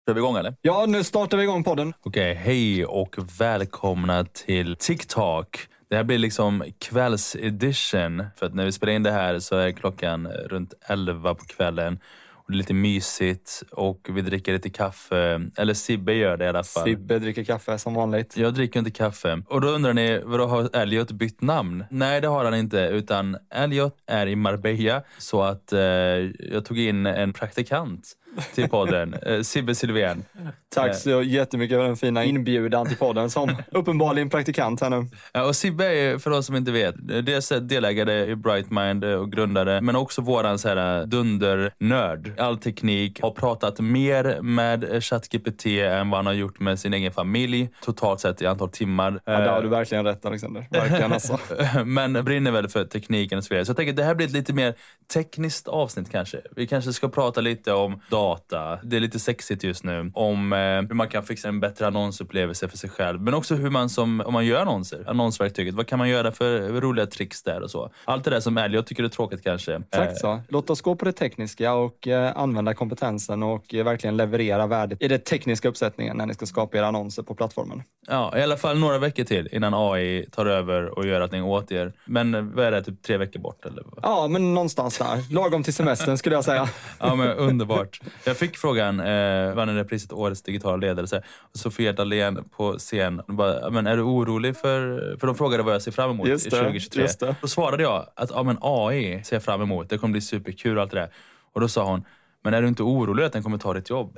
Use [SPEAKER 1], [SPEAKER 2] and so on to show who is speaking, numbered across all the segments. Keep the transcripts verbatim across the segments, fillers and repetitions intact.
[SPEAKER 1] Kör vi igång eller?
[SPEAKER 2] Ja, nu startar vi igång podden.
[SPEAKER 1] Okej, okay, hej och välkomna till TikTok. Det här blir liksom kvällsedition. För att när vi spelar in det här så är klockan runt elva på kvällen. Och det är lite mysigt och vi dricker lite kaffe. Eller Sibbe gör det i alla fall.
[SPEAKER 2] Sibbe dricker kaffe som vanligt.
[SPEAKER 1] Jag dricker inte kaffe. Och då undrar ni, vadå, har Elliot bytt namn? Nej, det har han inte. Utan Elliot är i Marbella. Så att eh, jag tog in en praktikant till podden. eh, Sibbe Sylvén.
[SPEAKER 2] Tack så jättemycket för den fina inbjudan till podden som uppenbarligen praktikant här nu.
[SPEAKER 1] Ja, och Sibbe är, för de som inte vet, dels delägare i Brightmind och grundare, men också våran så här dundernörd. All teknik, har pratat mer med ChatGPT än vad han har gjort med sin egen familj. Totalt sett i antal timmar.
[SPEAKER 2] Ja, där har du verkligen rätt, Alexander. Verkligen alltså.
[SPEAKER 1] Men brinner väl för tekniken och så vidare. Så jag tänker att det här blir ett lite mer tekniskt avsnitt kanske. Vi kanske ska prata lite om data. Det är lite sexigt just nu. Om eh, hur man kan fixa en bättre annonsupplevelse för sig själv. Men också hur man som, om man gör annonser. Annonsverktyget. Vad kan man göra för roliga tricks där och så. Allt det där som Elliot tycker är tråkigt kanske.
[SPEAKER 2] Exakt så. Låt oss gå på det tekniska och eh, använda kompetensen och eh, verkligen leverera värdet i den tekniska uppsättningen när ni ska skapa era annonser på plattformen.
[SPEAKER 1] Ja, i alla fall några veckor till innan A I tar över och gör allting åt er. Men vad är det, typ tre veckor bort eller?
[SPEAKER 2] Ja, men någonstans där. Lagom till semestern skulle jag säga.
[SPEAKER 1] Ja, men underbart. Jag fick frågan, eh, vann det priset Årets digitala ledare. Så här, Sofia Dalén på scen. Bara, men är du orolig för... För de frågade vad jag ser fram emot
[SPEAKER 2] just det,
[SPEAKER 1] i tjugohundratjugotre.
[SPEAKER 2] Just det.
[SPEAKER 1] Då svarade jag att ja, men A I ser jag fram emot. Det kommer bli superkul och allt det där. Och då sa hon, men är du inte orolig att den kommer ta ditt jobb?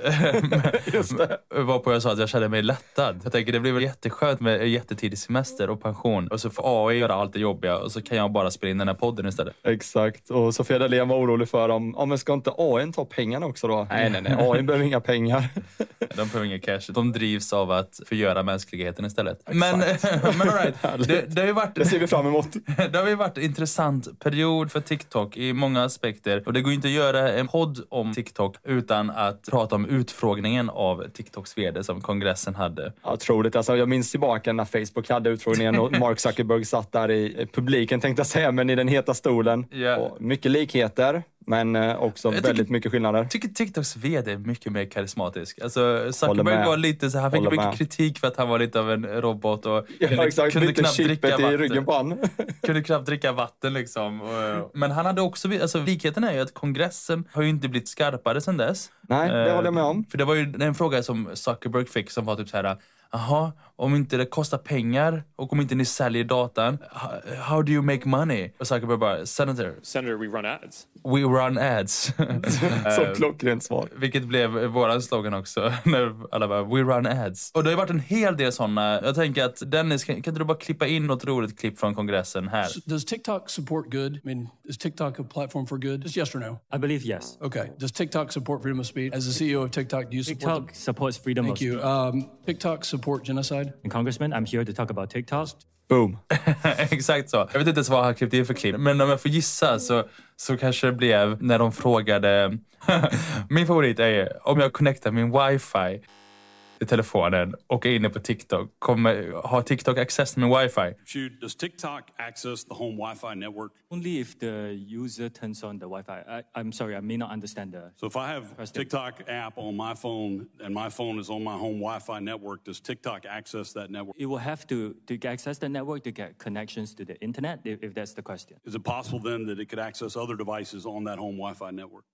[SPEAKER 2] Just det.
[SPEAKER 1] Varpå jag sa att jag kände mig lättad. Jag tänker det blir väl jätteskönt med jättetidig semester och pension. Och så får A I göra allt det jobbiga. Och så kan jag bara spela in den här podden istället.
[SPEAKER 2] Exakt. Och Sofia Dalén var orolig för om, om men ska inte A I ta pengarna också då? Nej, nej, nej. A I behöver inga pengar.
[SPEAKER 1] De behöver inga cash. De drivs av att förgöra mänskligheten istället. Men, men all right. det, det, har ju varit,
[SPEAKER 2] det ser vi fram emot.
[SPEAKER 1] Det har ju varit en intressant period för TikTok i många aspekter. Och det går inte att göra en podd om TikTok utan att prata om utfrågningen av TikToks vd som kongressen hade.
[SPEAKER 2] Ja, otroligt. Alltså, jag minns tillbaka när Facebook hade utfrågningen och Mark Zuckerberg satt där i publiken, tänkte jag säga, men i den heta stolen.
[SPEAKER 1] Yeah.
[SPEAKER 2] Och mycket likheter, men också jag väldigt tycker, mycket skillnader.
[SPEAKER 1] Jag tycker TikToks vd är mycket mer karismatisk. Alltså, Zuckerberg var lite så här, han fick mycket med. kritik för att han var lite av en robot och
[SPEAKER 2] ja,
[SPEAKER 1] kunde,
[SPEAKER 2] exakt,
[SPEAKER 1] kunde knappt dricka vatten.
[SPEAKER 2] I ryggen på han.
[SPEAKER 1] kunde knappt dricka vatten liksom. Och, men han hade också, alltså likheten är ju att kongressen har ju inte blivit skarpare sedan dess.
[SPEAKER 2] Nej, det
[SPEAKER 1] uh,
[SPEAKER 2] håller jag med om.
[SPEAKER 1] För det var ju en fråga som Zuckerberg fick som var typ så här: jaha, om inte det kostar pengar och om inte ni säljer datan, how do you make money? Och Zuckerberg bara, Senator.
[SPEAKER 3] Senator, we run ads.
[SPEAKER 1] We run ads.
[SPEAKER 2] Så klockrent svar.
[SPEAKER 1] Vilket blev våran slogan också. När alla bara, we run ads. Och det har ju varit en hel del sådana. Jag tänker att Dennis, kan, kan inte du bara klippa in något roligt klipp från kongressen här?
[SPEAKER 4] Does TikTok support good? I mean, is TikTok a platform for good? Just yes or no?
[SPEAKER 5] I believe yes.
[SPEAKER 4] Okay. Does TikTok support freedom of speech? As the C E O of TikTok, do you support...
[SPEAKER 5] TikTok the... supports freedom
[SPEAKER 4] Thank
[SPEAKER 5] of
[SPEAKER 4] you.
[SPEAKER 5] speech.
[SPEAKER 4] Um, TikTok support genocide?
[SPEAKER 5] And Congressman, I'm here to talk about TikTok.
[SPEAKER 2] Boom.
[SPEAKER 1] Exakt så. Jag vet inte ens vad han klippte in för klipp. Men om jag får gissa så, så kanske det blev när de frågade... Min favorit är om jag connectar min wifi till telefonen och är inne på TikTok. Kommer, har TikTok access till min wifi?
[SPEAKER 6] Shoot, does TikTok access the home Wi-Fi network?
[SPEAKER 5] Only if the user turns on the Wi-Fi. I, I'm sorry, I may not understand the...
[SPEAKER 6] So if I have a TikTok app on my phone and my phone is on my home Wi-Fi network, does TikTok access that network?
[SPEAKER 5] It will have to, to access the network to get connections to the internet, if, if that's the question.
[SPEAKER 6] Is it possible then that it could access other devices on that home Wi-Fi network?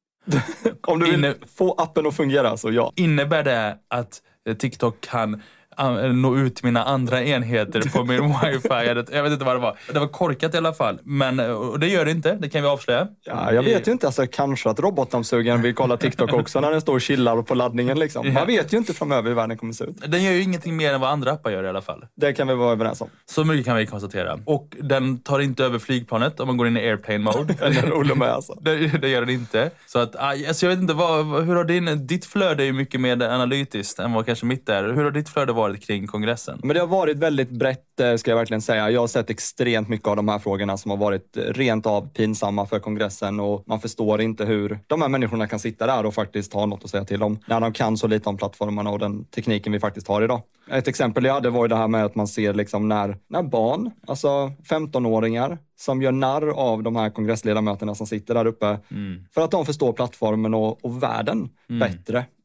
[SPEAKER 2] Om du vill
[SPEAKER 1] Inne...
[SPEAKER 2] få appen att fungera så ja.
[SPEAKER 1] Innebär det att TikTok kan nå ut till mina andra enheter på min wifi? Jag vet inte vad det var. Det var korkat i alla fall. Men och det gör det inte, det kan vi avslöja.
[SPEAKER 2] Ja, jag vet ju inte. Alltså, kanske att robotdammsugaren vill kolla TikTok också när den står och chillar på laddningen. Liksom. Man ja. vet ju inte framöver hur världen kommer se ut.
[SPEAKER 1] Den gör ju ingenting mer än vad andra appar gör i alla fall.
[SPEAKER 2] Det kan vi vara överens om.
[SPEAKER 1] Så mycket kan vi konstatera. Och den tar inte över flygplanet om man går in i airplane mode.
[SPEAKER 2] Den håller med alltså.
[SPEAKER 1] Det, det gör den inte. Så att, alltså, jag vet inte, vad, hur har din, ditt flöde är ju mycket mer analytiskt än vad kanske mitt är. Hur har ditt flöde varit kring kongressen?
[SPEAKER 2] Men det har varit väldigt brett, ska jag verkligen säga. Jag har sett extremt mycket av de här frågorna som har varit rent av pinsamma för kongressen och man förstår inte hur de här människorna kan sitta där och faktiskt ha något att säga till om när de kan så lite om plattformarna och den tekniken vi faktiskt har idag. Ett exempel jag hade var ju det här med att man ser liksom när, när barn, alltså femtonåringar som gör narr av de här kongressledamöterna som sitter där uppe mm. för att de förstår plattformen och, och världen mm. bättre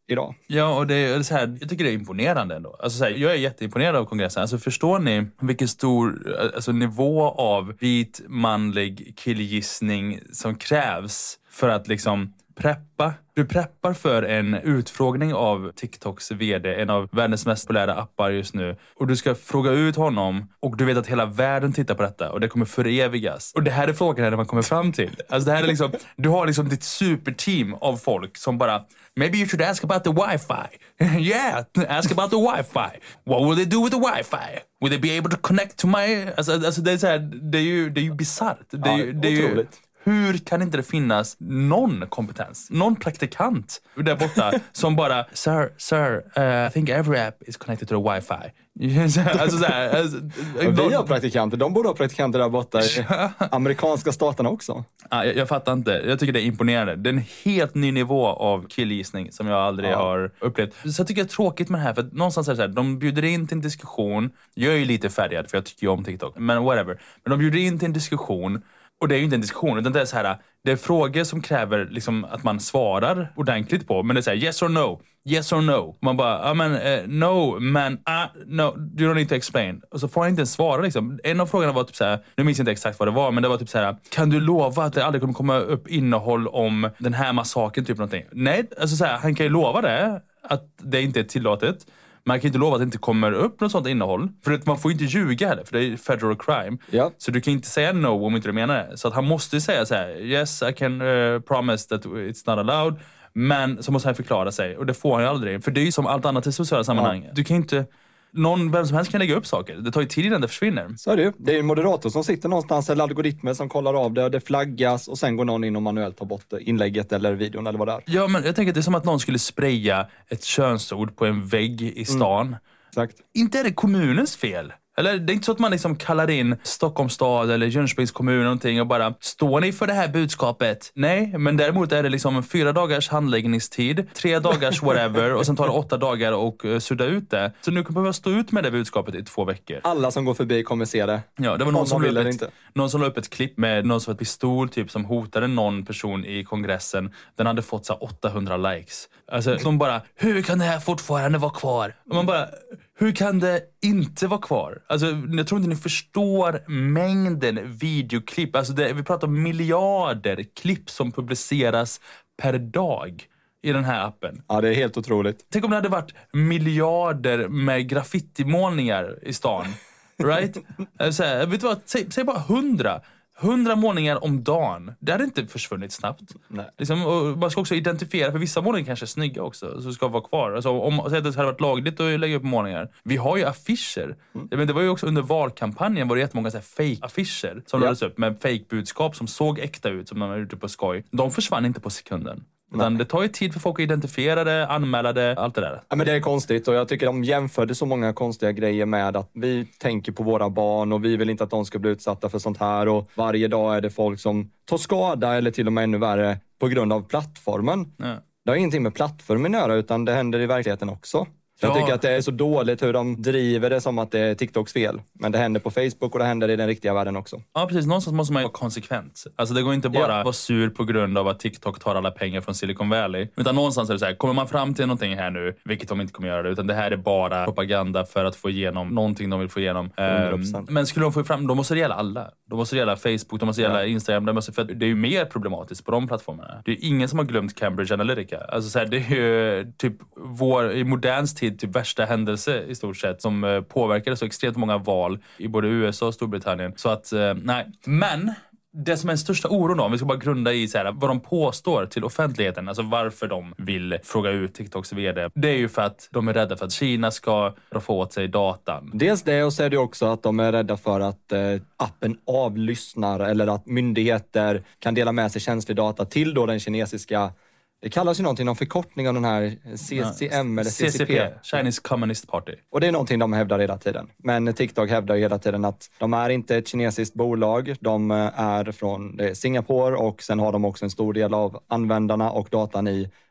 [SPEAKER 2] idag.
[SPEAKER 1] Ja, och det är så här, jag tycker det är imponerande ändå. Alltså så här, jag är jätteimponerad av kongressen. Alltså förstår ni vilken stor alltså, nivå av vit manlig killgissning som krävs för att liksom preppa? Du preppar för en utfrågning av TikToks vd, en av världens mest populära appar just nu. Och du ska fråga ut honom och du vet att hela världen tittar på detta och det kommer förevigas. Och det här är frågan när man kommer fram till. Alltså det här är liksom, du har liksom ditt superteam av folk som bara, maybe you should ask about the wifi. Yeah, ask about the wifi. What will they do with the wifi? Will they be able to connect to my... Alltså, alltså det är så här, det är ju, det är ju bisarrt. Det är,
[SPEAKER 2] ja,
[SPEAKER 1] ju, det är ju, hur kan inte det finnas någon kompetens, någon praktikant där borta som bara, sir, sir, uh, I think every app is connected to the wifi. Alltså så här, alltså,
[SPEAKER 2] vi har praktikanter, de borde ha praktikanter där borta i amerikanska staterna också.
[SPEAKER 1] Ja, jag, jag fattar inte, jag tycker det är imponerande. Det är en helt ny nivå av killgissning som jag aldrig ja. har upplevt. Så jag tycker det är tråkigt med det här, för att någonstans är det så här, de bjuder in till en diskussion. Jag är ju lite färgad för jag tycker ju om TikTok, men whatever. Men de bjuder in till en diskussion. Och det är ju inte en diskussion, utan det är så här, det är frågor som kräver liksom att man svarar ordentligt på. Men det är så här, yes or no, yes or no. Man bara, ja men, uh, no, men, uh, no, you don't need to explain. Och så får han inte ens svara liksom. En av frågorna var typ så här, nu minns jag inte exakt vad det var, men det var typ så här, kan du lova att det aldrig kommer komma upp innehåll om den här massaken, typ någonting? Nej, alltså så här, han kan ju lova det, att det inte är tillåtet. Man kan inte lova att det inte kommer upp något sånt innehåll. För att man får inte ljuga heller, för det är federal crime.
[SPEAKER 2] Ja.
[SPEAKER 1] Så du kan inte säga no om inte du menar det. Så att han måste säga så här: yes, I can uh, promise that it's not allowed. Men så måste han förklara sig. Och det får han ju aldrig. För det är ju som allt annat i sociala sammanhang. Ja. Du kan inte... Någon, vem som helst kan lägga upp saker. Det tar ju tid innan det försvinner.
[SPEAKER 2] Så är det ju. Det är en moderator som sitter någonstans, eller algoritmer som kollar av det. Det flaggas och sen går någon in och manuellt tar bort inlägget eller videon eller vad det är.
[SPEAKER 1] Ja, men jag tänker att det är som att någon skulle spraya ett könsord på en vägg i stan. Mm.
[SPEAKER 2] Exakt.
[SPEAKER 1] Inte är det kommunens fel. Eller det är inte så att man liksom kallar in Stockholms stad eller Jönköpings kommun eller någonting och bara, står ni för det här budskapet? Nej, men däremot är det liksom fyra dagars handläggningstid, tre dagars whatever och sen tar det åtta dagar och uh, sudda ut det. Så nu kommer vi stå ut med det budskapet i två veckor.
[SPEAKER 2] Alla som går förbi kommer se det.
[SPEAKER 1] Ja, det var någon som, la upp ett, någon som la upp ett klipp med någon som var ett pistol typ som hotade någon person i kongressen. Den hade fått så åttahundra likes. Alltså, de bara, hur kan det här fortfarande vara kvar? Och man bara... Hur kan det inte vara kvar? Alltså, jag tror inte ni förstår mängden videoklipp. Alltså det, vi pratar om miljarder klipp som publiceras per dag i den här appen.
[SPEAKER 2] Ja, det är helt otroligt.
[SPEAKER 1] Tänk om det hade varit miljarder med graffitimålningar i stan. Right? Så här, vet du vad? Säg, säg bara hundra. Hundra målningar om dagen. Det hade inte försvunnit snabbt.
[SPEAKER 2] Nej.
[SPEAKER 1] Liksom, och man ska också identifiera, för vissa målningar kanske är snygga också, så ska vara kvar. Alltså, om så att det hade varit lagligt att lägga upp målningar. Vi har ju affischer. Mm. Men det var ju också under valkampanjen var det jättemånga så här fake-affischer som ja. lades upp med fake-budskap som såg äkta ut, som de var ute på skoj. De försvann inte på sekunden. Utan det tar ju tid för folk att identifiera det, anmäla det, allt det där.
[SPEAKER 2] Ja, men det är konstigt och jag tycker de jämförde så många konstiga grejer med att vi tänker på våra barn och vi vill inte att de ska bli utsatta för sånt här. Och varje dag är det folk som tar skada eller till och med ännu värre på grund av plattformen. Ja. Det har ingenting med plattformen att göra utan det händer i verkligheten också. Jag ja. tycker att det är så dåligt hur de driver det som att det är TikToks fel. Men det händer på Facebook och det händer i den riktiga världen också.
[SPEAKER 1] Ja, precis. Någonstans måste man ju vara konsekvent. Alltså det går inte bara ja. vara sur på grund av att TikTok tar alla pengar från Silicon Valley. Utan någonstans är det så här, kommer man fram till någonting här nu, vilket de inte kommer göra det, utan det här är bara propaganda för att få igenom någonting de vill få igenom. Um, men skulle de få fram, då måste det gälla alla. Då måste det gälla Facebook, då måste det gälla ja. Instagram. Det, måste, för det är ju mer problematiskt på de plattformarna. Det är ingen som har glömt Cambridge Analytica. Alltså så här, det är ju typ vår, i moderns tid, typ värsta händelse i stort sett som påverkade så extremt många val i både U S A och Storbritannien. Så att, nej. Men det som är den största oron då, om vi ska bara grunda i så här, vad de påstår till offentligheten, alltså varför de vill fråga ut TikToks vd, det är ju för att de är rädda för att Kina ska få åt sig datan.
[SPEAKER 2] Dels det, och så är det också att de är rädda för att eh, appen avlyssnar eller att myndigheter kan dela med sig känslig data till då den kinesiska. Det kallas ju någonting, någon förkortning av den här C C M eller C C P.
[SPEAKER 1] C C P, Chinese Communist Party.
[SPEAKER 2] Och det är någonting de hävdar hela tiden. Men TikTok hävdar ju hela tiden att de är inte ett kinesiskt bolag. De är från Singapore och sen har de också en stor del av användarna och datan i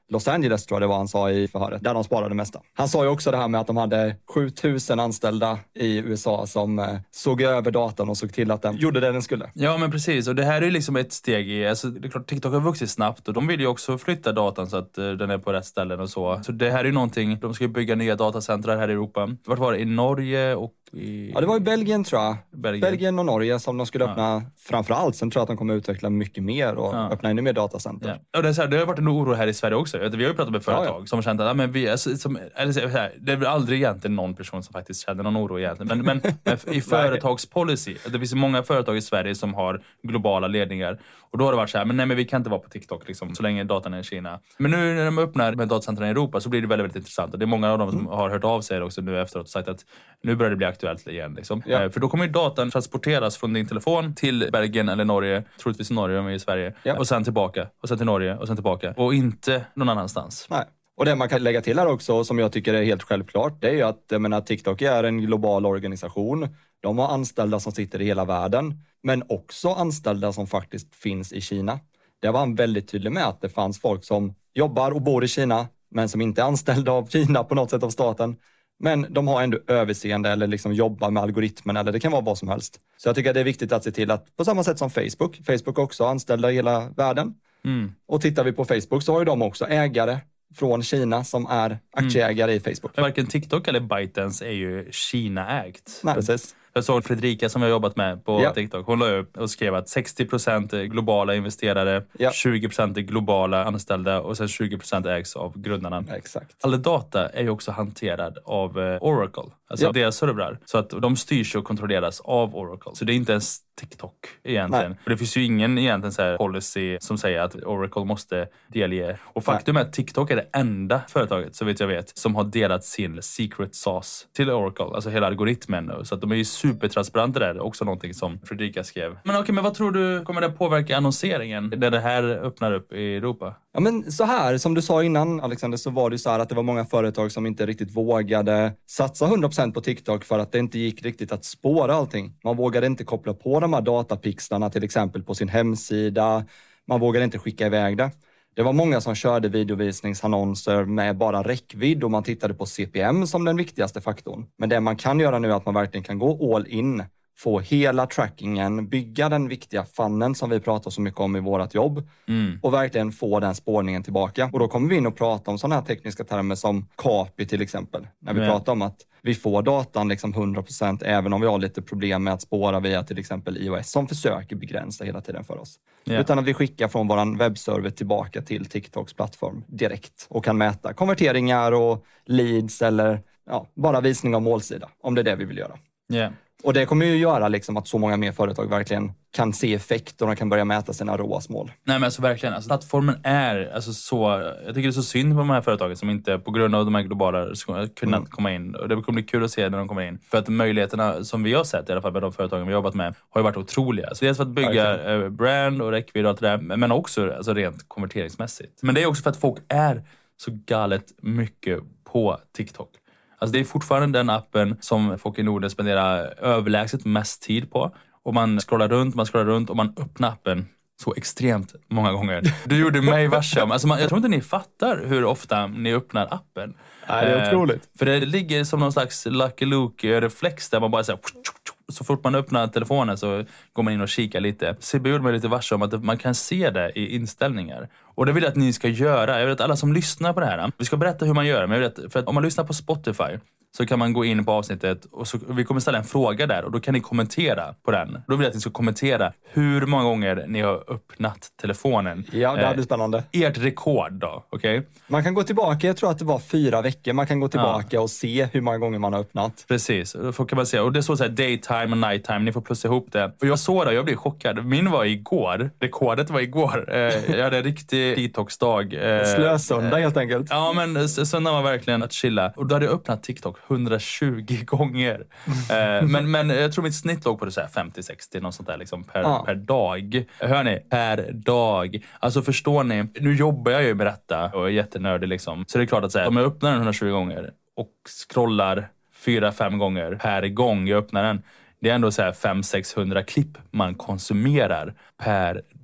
[SPEAKER 2] Los Angeles, tror jag det var han sa i förhöret, där de sparade det mesta. Han sa ju också det här med att de hade sjutusen anställda i U S A som eh, såg över datan och såg till att den gjorde det den skulle.
[SPEAKER 1] Ja, men precis. Och det här är liksom ett steg i... Alltså, det är klart, TikTok har vuxit snabbt och de vill ju också flytta datan så att uh, den är på rätt ställen och så. Så det här är ju någonting... De ska bygga nya datacentrar här i Europa. Vart var det? I Norge och i...
[SPEAKER 2] Ja, det var i Belgien, tror jag.
[SPEAKER 1] Belgien,
[SPEAKER 2] Belgien och Norge som de skulle öppna
[SPEAKER 1] ja.
[SPEAKER 2] framför allt. Sen tror jag att de kommer utveckla mycket mer och ja. öppna ännu mer datacenter.
[SPEAKER 1] Ja. Och det, är så här, det har varit en oro här i Sverige också. Vi har ju pratat med företag ja, ja. som har känt att ja, men vi, alltså, som, eller så här, det är väl aldrig egentligen någon person som faktiskt känner någon oro egentligen. Men, men i företagspolicy, det finns många företag i Sverige som har globala ledningar. Och då har det varit så här, men nej men vi kan inte vara på TikTok liksom, så länge datan är i Kina. Men nu när de öppnar med datacentren i Europa så blir det väldigt, väldigt intressant. Och det är många av dem som mm. har hört av sig också nu efteråt och sagt att nu börjar det bli aktuellt igen. Liksom. Ja. För då kommer ju datan transporteras från din telefon till Belgien eller Norge, troligtvis Norge om vi är i Sverige. Ja. Och sen tillbaka, och sen till Norge, och sen tillbaka. Och inte någon annanstans.
[SPEAKER 2] Nej. Och det man kan lägga till här också, som jag tycker är helt självklart, det är ju att jag menar, TikTok är en global organisation. De har anställda som sitter i hela världen, men också anställda som faktiskt finns i Kina. Det var han väldigt tydlig med, att det fanns folk som jobbar och bor i Kina, men som inte är anställda av Kina på något sätt av staten. Men de har ändå överseende eller liksom jobbar med algoritmen, eller det kan vara vad som helst. Så jag tycker att det är viktigt att se till att, på samma sätt som Facebook, Facebook också anställda i hela världen. Mm. Och tittar vi på Facebook så har ju de också ägare från Kina som är aktieägare mm. i Facebook.
[SPEAKER 1] Varken TikTok eller ByteDance är ju Kina-ägt.
[SPEAKER 2] Nej, precis.
[SPEAKER 1] Jag såg Fredrika som jag har jobbat med på ja. TikTok. Hon la upp och skrev att sextio procent globala investerare, ja. tjugo procent globala anställda och sen tjugo procent ägs av grundarna.
[SPEAKER 2] Exakt.
[SPEAKER 1] All data är ju också hanterad av Oracle, alltså ja. deras servrar. Så att de styrs och kontrolleras av Oracle. Så det är inte ens TikTok egentligen. Nej. För det finns ju ingen egentligen så här policy som säger att Oracle måste delge. Och faktum Nej. är att TikTok är det enda företaget, så vet jag vet, som har delat sin secret sauce till Oracle. Alltså hela algoritmen. Så att de är ju supertransparenta där. Också någonting som Fredrika skrev. Men okej, men vad tror du kommer det påverka annonseringen när det här öppnar upp i Europa?
[SPEAKER 2] Ja, men så här, som du sa innan Alexander, så var det så här att det var många företag som inte riktigt vågade satsa hundra procent på TikTok för att det inte gick riktigt att spåra allting. Man vågade inte koppla på de här datapixlarna till exempel på sin hemsida. Man vågade inte skicka iväg det. Det var många som körde videovisningsannonser med bara räckvidd och man tittade på C P M som den viktigaste faktorn. Men det man kan göra nu är att man verkligen kan gå all in, få hela trackingen, bygga den viktiga funneln som vi pratar så mycket om i vårt jobb mm. och verkligen få den spårningen tillbaka. Och då kommer vi in och prata om sådana här tekniska termer som C A P I till exempel. När vi mm. pratar om att vi får datan liksom hundra procent även om vi har lite problem med att spåra via till exempel iOS som försöker begränsa hela tiden för oss. Yeah. Utan att vi skickar från vår webbserver tillbaka till TikToks plattform direkt och kan mäta konverteringar och leads eller ja, bara visning av målsida om det är det vi vill göra.
[SPEAKER 1] Yeah.
[SPEAKER 2] Och det kommer ju göra liksom att så många mer företag verkligen kan se effekt och de kan börja mäta sina R O A S-mål.
[SPEAKER 1] Nej men alltså verkligen, alltså, plattformen är alltså så, jag tycker det är så synd på de här företagen som inte på grund av de här globala kunnat mm. komma in. Och det kommer bli kul att se när de kommer in. För att möjligheterna som vi har sett i alla fall med de företagen vi har jobbat med har ju varit otroliga. Så dels för att bygga okay. brand och räckvidd och allt det där, men också alltså, rent konverteringsmässigt. Men det är också för att folk är så galet mycket på TikTok. Alltså det är fortfarande den appen som folk i Norden spenderar överlägset mest tid på. Och man scrollar runt, man scrollar runt och man öppnar appen så extremt många gånger. Du gjorde mig varse om. Alltså man, jag tror inte ni fattar hur ofta ni öppnar appen.
[SPEAKER 2] Nej, det är otroligt.
[SPEAKER 1] Eh, för det ligger som någon slags Lucky Luke-reflex där man bara säger så fort man öppnar telefonen så går man in och kikar lite. Så jag gjorde mig lite varse om att man kan se det i inställningar. Och det vill jag att ni ska göra. Jag vill att alla som lyssnar på det här, vi ska berätta hur man gör. Men jag vill att, för att om man lyssnar på Spotify så kan man gå in på avsnittet och så, vi kommer ställa en fråga där och då kan ni kommentera på den. Då vill jag att ni ska kommentera hur många gånger ni har öppnat telefonen.
[SPEAKER 2] Ja, det här blir spännande.
[SPEAKER 1] Eh, ert rekord då, okej? Okay?
[SPEAKER 2] Man kan gå tillbaka, jag tror att det var fyra veckor. Man kan gå tillbaka ja. och se hur många gånger man har öppnat.
[SPEAKER 1] Precis, då kan man se. Och det är så så här daytime och nighttime, ni får plussa ihop det. Och jag såg det, jag blev chockad. Min var igår, rekordet var igår. Eh, jag hade en riktig TikToks-dag. Eh,
[SPEAKER 2] Slösöndag helt enkelt.
[SPEAKER 1] Ja, men söndagen var verkligen att chilla. Och då hade jag öppnat TikTok hundratjugo gånger. Eh, men, men jag tror mitt snitt låg på det så här femtio sextio något sånt där liksom per, ja. per dag. Hör ni? Per dag. Alltså förstår ni? Nu jobbar jag ju med detta och är jättenördig liksom. Så det är klart att säga, om jag öppnar den hundratjugo gånger och scrollar fyra fem gånger per gång jag öppnar den. Det är ändå så här fem sexhundra klipp man konsumerar per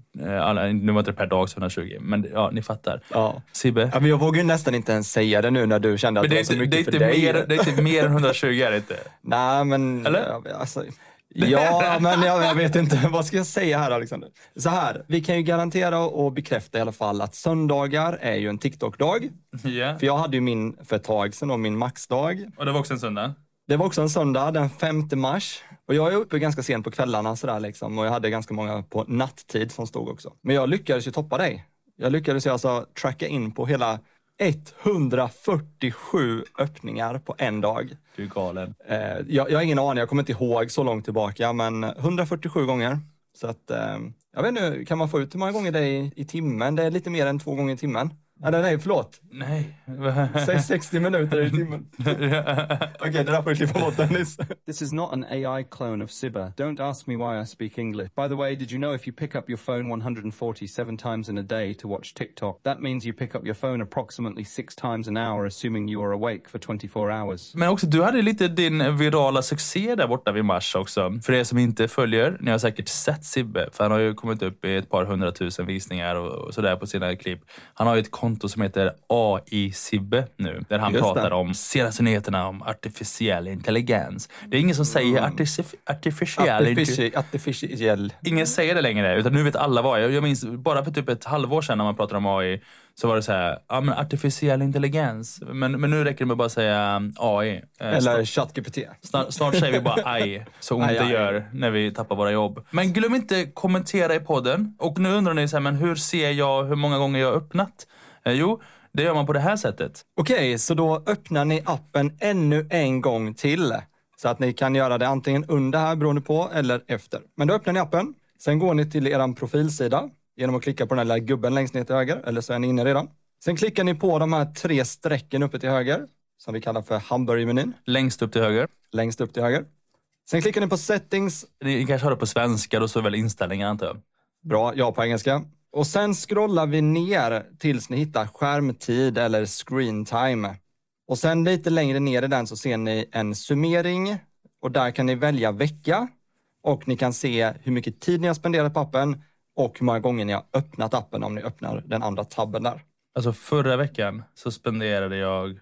[SPEAKER 1] alla, nu var inte det per dag så hundratjugo, men ja, ni fattar.
[SPEAKER 2] Ja.
[SPEAKER 1] Sibbe?
[SPEAKER 2] Ja, men jag vågar ju nästan inte ens säga det nu när du kände att
[SPEAKER 1] Men
[SPEAKER 2] det,
[SPEAKER 1] det,
[SPEAKER 2] var så mycket
[SPEAKER 1] det, är
[SPEAKER 2] för
[SPEAKER 1] inte
[SPEAKER 2] dig.
[SPEAKER 1] mer, det är inte mer än hundratjugo, är det inte?
[SPEAKER 2] Nej, men...
[SPEAKER 1] Eller?
[SPEAKER 2] Ja, alltså, ja, men jag, jag vet inte. Vad ska jag säga här, Alexander? Så här, vi kan ju garantera och bekräfta i alla fall att söndagar är ju en TikTok-dag.
[SPEAKER 1] Ja.
[SPEAKER 2] För jag hade ju min, för ett tag sedan, och min maxdag.
[SPEAKER 1] Och det var också en söndag?
[SPEAKER 2] Det var också en söndag, den femte mars. Och jag är uppe ganska sent på kvällarna sådär liksom. Och jag hade ganska många på nattid som stod också. Men jag lyckades ju toppa dig. Jag lyckades ju alltså tracka in på hela etthundrafyrtiosju öppningar på en dag.
[SPEAKER 1] Du är galen.
[SPEAKER 2] Eh, jag, jag har ingen aning, jag kommer inte ihåg så långt tillbaka, men hundrafyrtiosju gånger. Så att, eh, jag vet inte, kan man få ut hur många gånger det är i, i timmen? Det är lite mer än två gånger i timmen. Ja, nej, förlåt.
[SPEAKER 1] Nej.
[SPEAKER 2] Säg sextio minuter i timmen. Okej, okay, det där får du klippa bort, Dennis.
[SPEAKER 3] This is not an A I clone of Sibba. Don't ask me why I speak English. By the way, did you know if you pick up your phone one hundred forty-seven times in a day to watch TikTok, that means you pick up your phone approximately six times an hour, assuming you are awake for twenty-four hours.
[SPEAKER 1] Men också, du hade lite din virala succé där borta vid mars också. För er som inte följer, ni har säkert sett Sibbe. För han har ju kommit upp i ett par hundratusen visningar och, och sådär på sina klipp. Han har ju ett konto som heter A I-Sibbe nu. Där han
[SPEAKER 2] Just
[SPEAKER 1] pratar
[SPEAKER 2] det.
[SPEAKER 1] om senaste nyheterna om artificiell intelligens. Det är ingen som säger artifici- artificiell intelligens.
[SPEAKER 2] Artificiell.
[SPEAKER 1] Ingen säger det längre, utan nu vet alla vad. Jag, jag minns bara för typ ett halvår sedan när man pratade om A I så var det så här, ja men artificiell intelligens. Men, men nu räcker det med bara att säga A I. Eh,
[SPEAKER 2] Eller ChatGPT.
[SPEAKER 1] Snart, snart säger vi bara aj, så ont
[SPEAKER 2] Aj,
[SPEAKER 1] det
[SPEAKER 2] aj.
[SPEAKER 1] gör när vi tappar våra jobb. Men glöm inte kommentera i podden. Och nu undrar ni så här, men hur ser jag hur många gånger jag har öppnat? Eh, jo, det gör man på det här sättet.
[SPEAKER 2] Okej, så då öppnar ni appen ännu en gång till. Så att ni kan göra det antingen under här beroende på eller efter. Men då öppnar ni appen. Sen går ni till er profilsida genom att klicka på den här lilla gubben längst ner till höger. Eller så är ni inne redan. Sen klickar ni på de här tre strecken uppe till höger. Som vi kallar för hamburgermenyn.
[SPEAKER 1] Längst upp till höger.
[SPEAKER 2] Längst upp till höger. Sen klickar ni på settings.
[SPEAKER 1] Ni kanske har det på svenska, då så är väl inställningar antar jag.
[SPEAKER 2] Bra, ja på engelska. Och sen scrollar vi ner tills ni hittar skärmtid eller screen time. Och sen lite längre ner i den så ser ni en summering. Och där kan ni välja vecka. Och ni kan se hur mycket tid ni har spenderat på appen. Och hur många gånger ni har öppnat appen om ni öppnar den andra tabben där.
[SPEAKER 1] Alltså förra veckan så spenderade jag...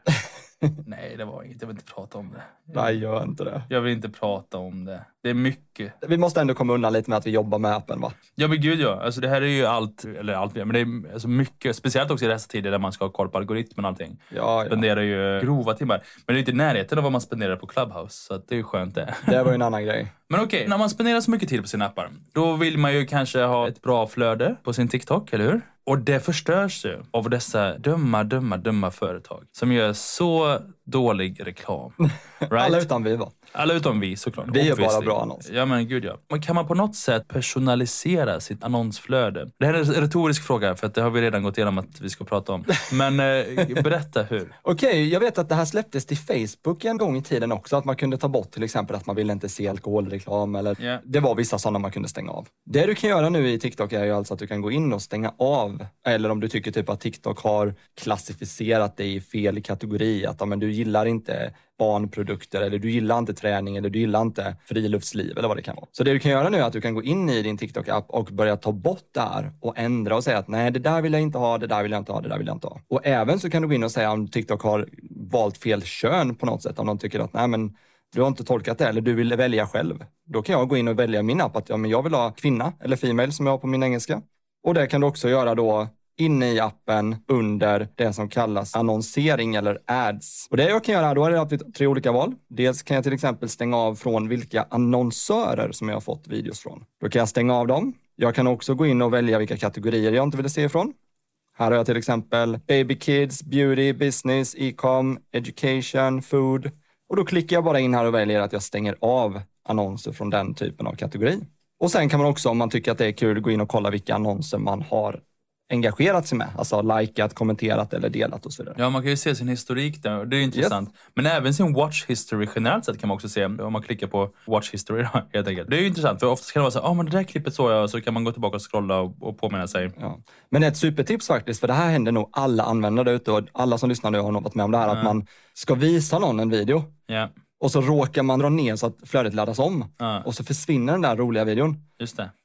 [SPEAKER 1] Nej, det var inget. Jag vill inte prata om det.
[SPEAKER 2] Nej, gör inte det.
[SPEAKER 1] Jag vill inte prata om det. Det är mycket.
[SPEAKER 2] Vi måste ändå komma undan lite med att vi jobbar med appen, va?
[SPEAKER 1] Ja men gud ja, alltså det här är ju allt, eller allt, men det är alltså mycket, speciellt också i dessa tider där man ska ha koll på algoritmen och allting.
[SPEAKER 2] Ja, ja.
[SPEAKER 1] Spenderar ju grova timmar. Men det är inte närheten av vad man spenderar på Clubhouse, så att det är ju skönt det.
[SPEAKER 2] Det var ju en annan grej.
[SPEAKER 1] Men okej, när man spenderar så mycket tid på sina appar, då vill man ju kanske ha ett bra flöde på sin TikTok, eller hur? Och det förstörs ju av dessa dumma, dumma, dumma företag som gör så dålig reklam. Right?
[SPEAKER 2] Alla utan vi, va?
[SPEAKER 1] Alla utom vi, såklart.
[SPEAKER 2] Vi gör bara
[SPEAKER 1] Obviously.
[SPEAKER 2] bra annons.
[SPEAKER 1] Ja men gud ja. Men kan man på något sätt personalisera sitt annonsflöde? Det här är en retorisk fråga för att det har vi redan gått igenom att vi ska prata om. Men eh, berätta hur.
[SPEAKER 2] Okej, jag vet att det här släpptes till Facebook en gång i tiden också. Att man kunde ta bort till exempel att man ville inte se alkoholreklam. Eller
[SPEAKER 1] Yeah.
[SPEAKER 2] Det var vissa sådana man kunde stänga av. Det du kan göra nu i TikTok är ju alltså att du kan gå in och stänga av. Eller om du tycker typ att TikTok har klassificerat dig i fel kategori. Att ja, men du gillar inte barnprodukter eller du gillar inte träning eller du gillar inte friluftsliv eller vad det kan vara. Så det du kan göra nu är att du kan gå in i din TikTok-app och börja ta bort det här och ändra och säga att nej, det där vill jag inte ha, det där vill jag inte ha, det där vill jag inte ha. Och även så kan du gå in och säga om TikTok har valt fel kön på något sätt. Om de tycker att nej men du har inte tolkat det eller du vill välja själv. Då kan jag gå in och välja min app att ja, men jag vill ha kvinna eller female som jag har på min engelska. Och det kan du också göra då inne i appen under det som kallas annonsering eller ads. Och det jag kan göra då är det tre olika val. Dels kan jag till exempel stänga av från vilka annonsörer som jag har fått videos från. Då kan jag stänga av dem. Jag kan också gå in och välja vilka kategorier jag inte vill se ifrån. Här har jag till exempel baby kids, beauty, business, e-com, education, food. Och då klickar jag bara in här och väljer att jag stänger av annonser från den typen av kategori. Och sen kan man också, om man tycker att det är kul, gå in och kolla vilka annonser man har engagerat sig med. Alltså likat, kommenterat eller delat och så vidare.
[SPEAKER 1] Ja, man kan ju se sin historik där. Det är intressant. Yes. Men även sin watch history generellt sett kan man också se om man klickar på watch history då, helt enkelt. Det är ju intressant för ofta kan det vara så ja ah, men det där klippet såg jag, så kan man gå tillbaka och scrolla och, och påminna sig.
[SPEAKER 2] Ja. Men det är ett supertips faktiskt, för det här händer nog alla användare ute och alla som lyssnar nu har nog varit med om det här, mm. att man ska visa någon en video.
[SPEAKER 1] Ja.
[SPEAKER 2] Och så råkar man dra ner så att flödet laddas om.
[SPEAKER 1] Ja.
[SPEAKER 2] Och så försvinner den där roliga videon.
[SPEAKER 1] Just det.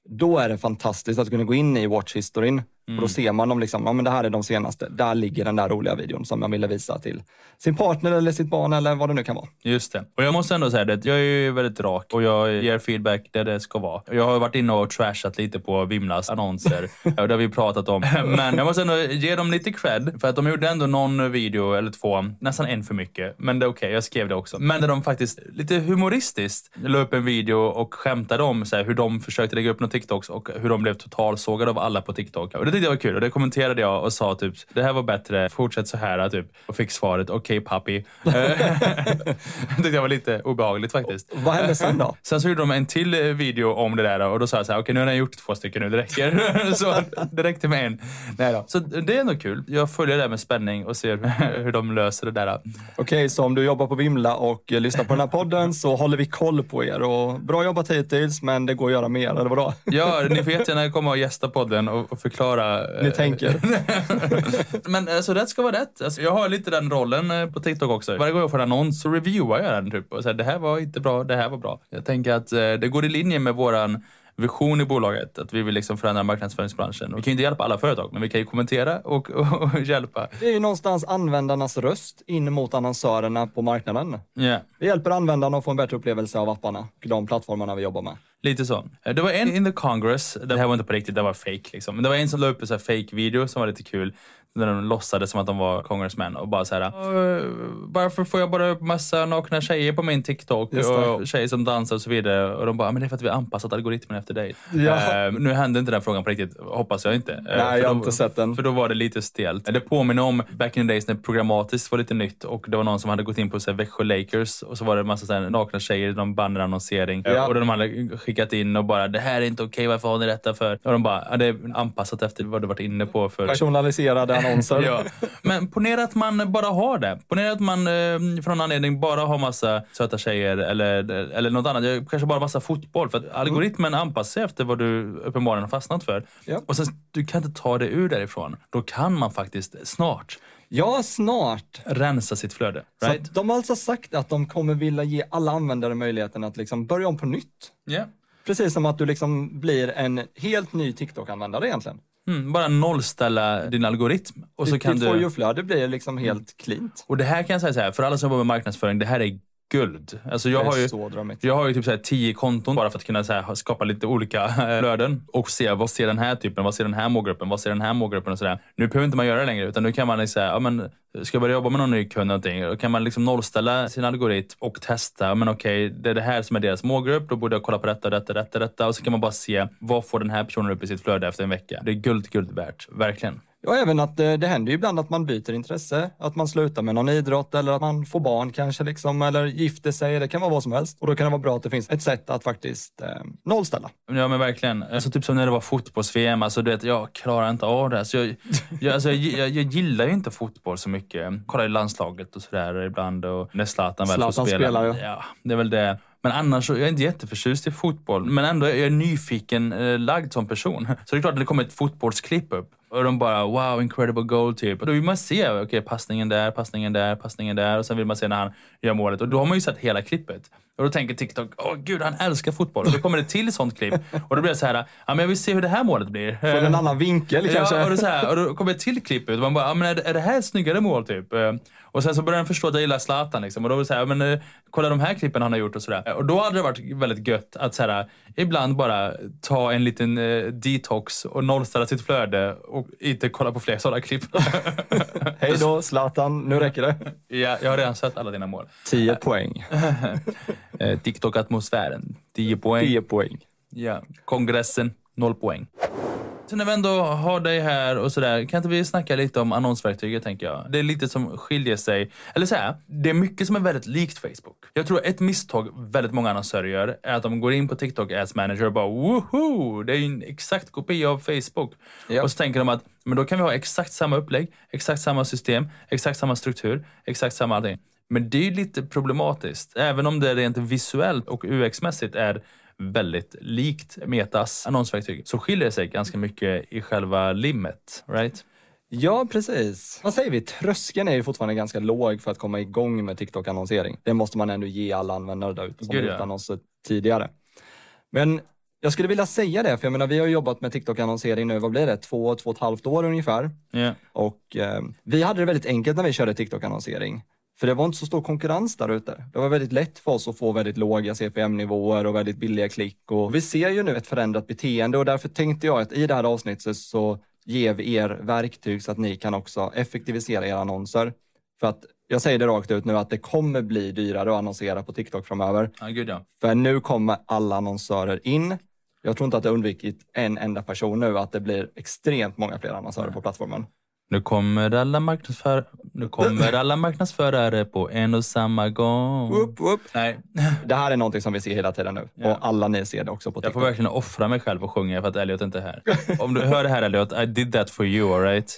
[SPEAKER 2] då är det fantastiskt att kunna gå in i watch-historin.
[SPEAKER 1] Mm.
[SPEAKER 2] Och då ser man dem liksom, ja men det här är de senaste. Där ligger den där roliga videon som jag ville visa till sin partner eller sitt barn eller vad det nu kan vara.
[SPEAKER 1] Just det. Och jag måste ändå säga det, jag är ju väldigt rak och jag ger feedback där det ska vara. Jag har varit inne och trashat lite på Vimlas annonser och det har vi pratat om. Men jag måste ändå ge dem lite cred för att de gjorde ändå någon video eller två, nästan en för mycket. Men det är okej, okay, jag skrev det också. Men där de faktiskt lite humoristiskt la upp en video och skämtade om så här, hur de försökte lägga upp några TikToks och hur de blev totalsågade av alla på TikTok. Och det tyckte jag var kul och det kommenterade jag och sa typ, det här var bättre, fortsätt så här typ. Och fick svaret, okej okay, pappi. Det tyckte jag var lite obehagligt faktiskt.
[SPEAKER 2] Vad hände sen då?
[SPEAKER 1] Sen så gjorde de en till video om det där och då sa jag så här, okej okay, nu har jag gjort två stycken nu, det räcker. Så det räckte med en. Nej då. Så det är ändå kul. Jag följer det med spänning och ser hur de löser det där.
[SPEAKER 2] Okej, okay, så om du jobbar på Vimla och lyssnar på den här podden så håller vi koll på er. Och bra jobbat hittills, men det går att göra mer, eller vadå?
[SPEAKER 1] Ja, ni får jättegärna komma och gästa podden och, och förklara.
[SPEAKER 2] Ni tänker.
[SPEAKER 1] Men alltså rätt ska vara rätt. Alltså, jag har lite den rollen på TikTok också. Varje gång jag får en annons så reviewar jag den typ. Och säger, det här var inte bra, det här var bra. Jag tänker att eh, det går i linje med våran vision i bolaget. Att vi vill liksom förändra marknadsföringsbranschen. Vi kan ju inte hjälpa alla företag, men vi kan ju kommentera och, och, och hjälpa.
[SPEAKER 2] Det är ju någonstans användarnas röst in mot annonsörerna på marknaden.
[SPEAKER 1] Yeah.
[SPEAKER 2] Vi hjälper användarna att få en bättre upplevelse av apparna och de plattformarna vi jobbar med.
[SPEAKER 1] Lite så. Det var en in the Congress. Det här var inte på riktigt, det var fake liksom. Men det var en som la upp en så här fake video som var lite kul. När de låtsades som att de var congressmen och bara så här, varför får jag bara upp massa nakna tjejer på min TikTok och tjejer som dansar och så vidare. Och de bara, men det är för att vi har anpassat algoritmen efter dig.
[SPEAKER 2] Ja.
[SPEAKER 1] Uh, nu hände inte den frågan på riktigt, hoppas jag inte. Uh,
[SPEAKER 2] Nej, jag har
[SPEAKER 1] då,
[SPEAKER 2] inte sett den.
[SPEAKER 1] För då var det lite stelt. Det påminner om back in the days när programmatiskt var lite nytt och det var någon som hade gått in på så här, Växjö Lakers och så var det en massa så här, nakna tjejer i någon bannerannonsering.
[SPEAKER 2] Ja.
[SPEAKER 1] Och de hade skickat in och bara, det här är inte okej, okay, varför har ni detta för? Och de bara, ja, det är anpassat efter vad du varit inne på för.
[SPEAKER 2] Personaliserade annonser.
[SPEAKER 1] Ja. Men ponera att man bara har det. Ponera att man eh, från anledning bara har massa söta tjejer eller, eller något annat. Jag, kanske bara massa fotboll. För att algoritmen anpassar sig efter vad du uppenbarligen har fastnat för.
[SPEAKER 2] Ja.
[SPEAKER 1] Och sen, du kan inte ta det ur därifrån. Då kan man faktiskt snart
[SPEAKER 2] Ja, snart.
[SPEAKER 1] rensa sitt flöde. Right?
[SPEAKER 2] Så de har alltså sagt att de kommer vilja ge alla användare möjligheten att liksom börja om på nytt.
[SPEAKER 1] Yeah.
[SPEAKER 2] Precis som att du liksom blir en helt ny TikTok-användare egentligen.
[SPEAKER 1] Mm, bara nollställa din algoritm. Och så
[SPEAKER 2] Ditt
[SPEAKER 1] kan du...
[SPEAKER 2] for you-flöde blir liksom helt mm. cleant.
[SPEAKER 1] Och det här kan jag säga så här, för alla som jobbar med marknadsföring, det här är guld. Alltså jag, har ju, jag har ju typ så här tio konton bara för att kunna så här, skapa lite olika flöden och se vad ser den här typen, vad ser den här målgruppen, vad ser den här målgruppen och sådär. Nu behöver inte man göra det längre, utan nu kan man säga, ja men ska jag börja jobba med någon ny kund någonting, då kan man liksom nollställa sin algoritm och testa, men okej, det är det här som är deras målgrupp, då borde jag kolla på detta, detta, detta, detta och så kan man bara se, vad får den här personen upp i sitt flöde efter en vecka. Det är guld, guld värt, verkligen.
[SPEAKER 2] Ja, även att det, det händer ju ibland att man byter intresse, att man slutar med någon idrott eller att man får barn kanske liksom, eller gifter sig, det kan vara vad som helst. Och då kan det vara bra att det finns ett sätt att faktiskt eh, nollställa.
[SPEAKER 1] Ja, men verkligen. Alltså typ som när det var fotbolls-V M, alltså du vet, jag klarar inte av det. Alltså, jag, jag, alltså, jag, jag, jag gillar ju inte fotboll så mycket. Kollar i landslaget och sådär ibland och när Zlatan väl får spela.
[SPEAKER 2] spelar ja.
[SPEAKER 1] Ja, det är väl det. Men annars så är jag inte jätteförtjust i fotboll. Men ändå är jag nyfiken eh, lagd som person. Så det är klart att det kommer ett fotbollsklipp upp. Och de bara, wow, incredible goal typ. Och då vill man se, okej, okay, passningen där, passningen där, passningen där. Och sen vill man se när han gör målet. Och då har man ju sett hela klippet. Och då tänker TikTok, åh gud, han älskar fotboll. Och då kommer det till sånt klipp. Och då blir det så här, ja men jag vill se hur det här målet blir.
[SPEAKER 2] Får en annan vinkel kanske.
[SPEAKER 1] Ja, och, det så här, och då kommer det till klippet. Och man bara, ja men är det, är det här ett snyggare mål typ? Och sen så börjar den förstå att jag gillar Zlatan liksom. Och då vill jag säga, men uh, kolla de här klippen han har gjort och sådär. Och då hade det varit väldigt gött att så här, ibland bara ta en liten uh, detox och nollställa sitt flöde och inte kolla på fler sådana klipp.
[SPEAKER 2] Hej då Zlatan, nu räcker det.
[SPEAKER 1] Ja, jag har redan sett alla dina mål.
[SPEAKER 2] tio poäng.
[SPEAKER 1] uh, TikTok-atmosfären, tio poäng.
[SPEAKER 2] tio poäng.
[SPEAKER 1] Ja, kongressen, noll poäng. Så när vi ändå har dig här och sådär, kan inte vi snacka lite om annonsverktyget, tänker jag. Det är lite som skiljer sig. Eller så här, det är mycket som är väldigt likt Facebook. Jag tror ett misstag väldigt många annonsörer gör är att de går in på TikTok Ads Manager och bara woho, det är ju en exakt kopia av Facebook. Ja. Och så tänker de att men då kan vi ha exakt samma upplägg, exakt samma system, exakt samma struktur, exakt samma allting. Men det är ju lite problematiskt. Även om det rent visuellt och U X-mässigt är väldigt likt Metas annonsverktyg, så skiljer det sig ganska mycket i själva limmet, right?
[SPEAKER 2] Ja, precis. Vad säger vi? Tröskeln är ju fortfarande ganska låg för att komma igång med TikTok-annonsering. Det måste man ändå ge alla användare där ute som har gjort annonser tidigare. Men Jag skulle vilja säga det, för jag menar, vi har jobbat med TikTok-annonsering nu, vad blir det? Två, två och ett halvt år ungefär.
[SPEAKER 1] Yeah.
[SPEAKER 2] Och eh, vi hade det väldigt enkelt när vi körde TikTok-annonsering. För det var inte så stor konkurrens där ute. Det var väldigt lätt för oss att få väldigt låga C P M-nivåer och väldigt billiga klick. Och vi ser ju nu ett förändrat beteende och därför tänkte jag att i det här avsnittet så ger vi er verktyg så att ni kan också effektivisera era annonser. För att jag säger det rakt ut nu att det kommer bli dyrare att annonsera på TikTok framöver.
[SPEAKER 1] Ja, gud ja.
[SPEAKER 2] För nu kommer alla annonsörer in. Jag tror inte att det har undvikit en enda person nu att det blir extremt många fler annonsörer på plattformen.
[SPEAKER 1] Nu kommer alla marknadsför... Nu kommer alla marknadsförare på en och samma gång.
[SPEAKER 2] Whoop, whoop.
[SPEAKER 1] Nej.
[SPEAKER 2] Det här är någonting som vi ser hela tiden nu.
[SPEAKER 1] Ja.
[SPEAKER 2] Och alla ni ser det också på TikTok.
[SPEAKER 1] Jag får verkligen offra mig själv och sjunga för att Elliot inte är här. Om du hör det här, Elliot, I did that for you, all right?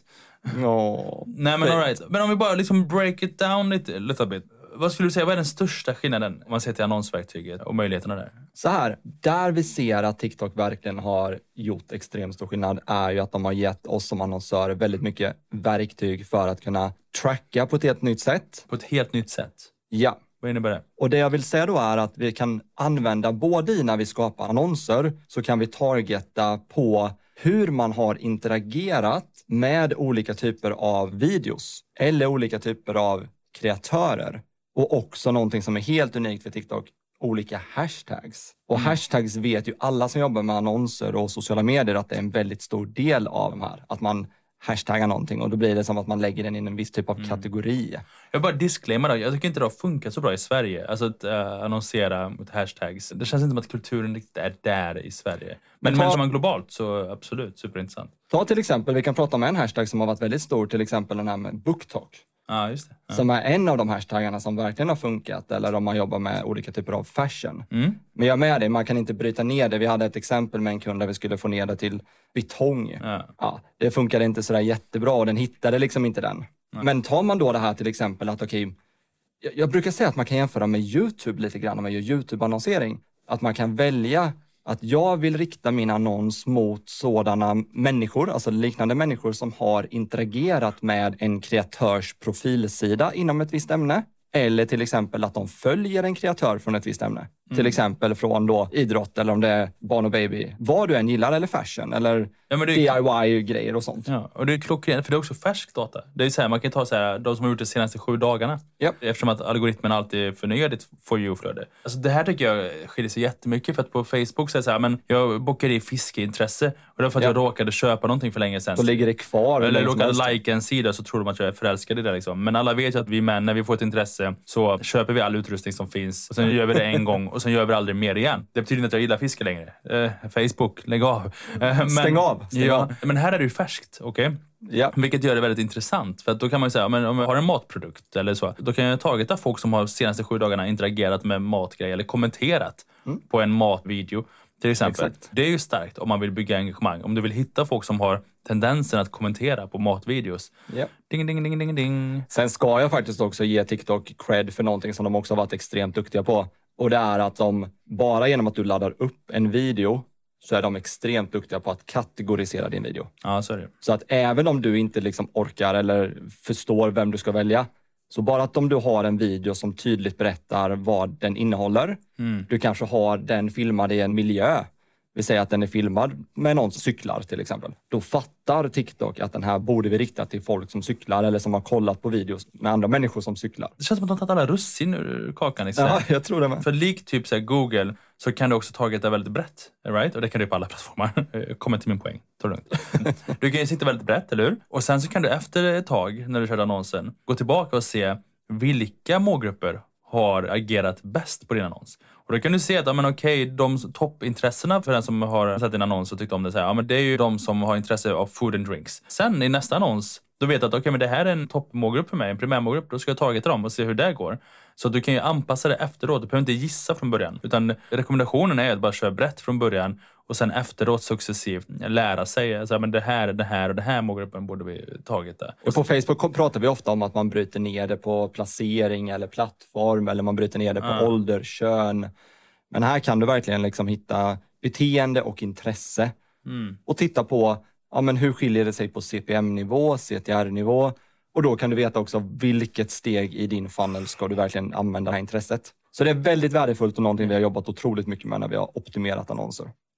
[SPEAKER 2] Oh.
[SPEAKER 1] Nej, men all right. Men om vi bara liksom break it down lite, lite bit. Vad skulle du säga, vad är den största skillnaden om man ser till annonsverktyget och möjligheterna där?
[SPEAKER 2] Så här, där vi ser att TikTok verkligen har gjort extremt stor skillnad är ju att de har gett oss som annonsörer väldigt mycket verktyg för att kunna tracka på ett helt nytt sätt.
[SPEAKER 1] På ett helt nytt sätt?
[SPEAKER 2] Ja.
[SPEAKER 1] Vad innebär det?
[SPEAKER 2] Och det jag vill säga då är att vi kan använda både i när vi skapar annonser så kan vi targeta på hur man har interagerat med olika typer av videos eller olika typer av kreatörer. Och också någonting som är helt unikt för TikTok, olika hashtags. Och mm. hashtags vet ju alla som jobbar med annonser och sociala medier att det är en väldigt stor del av de här. Att man hashtaggar någonting och då blir det som att man lägger den i en viss typ av mm. kategori.
[SPEAKER 1] Jag bara disclaimer då, jag tycker inte det har funkat så bra i Sverige. Alltså att uh, annonsera mot hashtags. Det känns inte som att kulturen riktigt är där i Sverige. Men, men ta, man globalt så absolut, superintressant.
[SPEAKER 2] Ta till exempel, vi kan prata om en hashtag som har varit väldigt stor, till exempel den här med BookTok.
[SPEAKER 1] Ja, just det. Ja.
[SPEAKER 2] Som är en av de hashtaggarna som verkligen har funkat. Eller om man jobbar med olika typer av fashion.
[SPEAKER 1] Mm.
[SPEAKER 2] Men jag med det, man kan inte bryta ner det. Vi hade ett exempel med en kund där vi skulle få ner det till betong.
[SPEAKER 1] Ja.
[SPEAKER 2] Ja, det funkade inte sådär jättebra och den hittade liksom inte den.
[SPEAKER 1] Nej.
[SPEAKER 2] Men tar man då det här till exempel att okej, okay, jag, jag brukar säga att man kan jämföra med YouTube lite grann när man gör YouTube-annonsering. Att man kan välja att jag vill rikta min annons mot sådana människor, alltså liknande människor som har interagerat med en kreatörs profilsida inom ett visst ämne. Eller till exempel att de följer en kreatör från ett visst ämne. Mm. Till exempel från då idrott eller om det är barn och baby. Vad du än gillar eller fashion eller
[SPEAKER 1] ja, men det
[SPEAKER 2] är... D I Y-grejer och sånt.
[SPEAKER 1] Ja, och det är klockrent för det är också färsk data. Det är så här, man kan ta så här, de som har gjort det senaste sju dagarna.
[SPEAKER 2] Yep.
[SPEAKER 1] Eftersom att algoritmen alltid förnyar ditt For You-flöde. Alltså det här tycker jag skiljer sig jättemycket för att på Facebook så är det så här, men jag bockar i fiskeintresse och det är för att yep. jag råkade köpa någonting för länge sedan.
[SPEAKER 2] Då ligger det kvar.
[SPEAKER 1] Eller råkade like en sida så tror de att jag är förälskad i det liksom. Men alla vet ju att vi män, när vi får ett intresse så köper vi all utrustning som finns och sen gör vi det en gång och sen gör vi aldrig mer igen. Det betyder inte att jag gillar fiske längre. Eh, Facebook, lägg av. Eh, men,
[SPEAKER 2] stäng av. Stäng
[SPEAKER 1] ja,
[SPEAKER 2] av.
[SPEAKER 1] Men här är det ju färskt, okej? Okay?
[SPEAKER 2] Ja.
[SPEAKER 1] Vilket gör det väldigt intressant. För att då kan man ju säga, men om jag har en matprodukt eller så, då kan jag targeta folk som har de senaste sju dagarna interagerat med matgrejer eller kommenterat mm. på en matvideo. Till exempel. Exakt. Det är ju starkt om man vill bygga engagemang. Om du vill hitta folk som har tendensen att kommentera på matvideos.
[SPEAKER 2] Ja.
[SPEAKER 1] Ding, ding, ding, ding, ding.
[SPEAKER 2] Sen ska jag faktiskt också ge TikTok cred för någonting som de också har varit extremt duktiga på. Och det är att de, bara genom att du laddar upp en video så är de extremt duktiga på att kategorisera din video.
[SPEAKER 1] Ja, så är det.
[SPEAKER 2] Så att även om du inte liksom orkar eller förstår vem du ska välja, så bara att om du har en video som tydligt berättar vad den innehåller, mm. du kanske har den filmad i en miljö, vi säger att den är filmad med någon som cyklar till exempel. Då fattar TikTok att den här borde vi rikta till folk som cyklar eller som har kollat på videos med andra människor som cyklar.
[SPEAKER 1] Det känns som att de har tagit alla russin ur kakan. Liksom.
[SPEAKER 2] Ja, jag tror det med.
[SPEAKER 1] För likt typ så här, Google så kan du också targeta väldigt brett. Right? Och det kan du på alla plattformar. Kommer till min poäng. Ta det lugnt. Du kan ju sitta väldigt brett, eller hur? Och sen så kan du efter ett tag, när du kör annonsen, gå tillbaka och se vilka målgrupper har agerat bäst på din annons. Och då kan du se att ja, men okej, de toppintressena för den som har sett din annons och tyckt om det så här, ja, men det är ju de som har intresse av food and drinks. Sen i nästa annons, då vet du att okej, men det här är en toppmålgrupp för mig, en primärmålgrupp, då ska jag targeta dem och se hur det går. Så du kan ju anpassa det efteråt, du behöver inte gissa från början. Utan rekommendationen är att bara köra brett från början och sen efteråt successivt lära sig. Alltså, men det här, det här och det här målgruppen borde vi targeta.
[SPEAKER 2] Och på Facebook pratar vi ofta om att man bryter ner det på placering eller plattform, eller man bryter ner det på ja. ålder, kön. Men här kan du verkligen liksom hitta beteende och intresse. Mm. Och titta på ja, men hur skiljer det sig på C P M-nivå, C T R-nivå. Och då kan du veta också vilket steg i din funnel ska du verkligen använda det här intresset. Så det är väldigt värdefullt och någonting vi har jobbat otroligt mycket med när vi har optimerat annonser.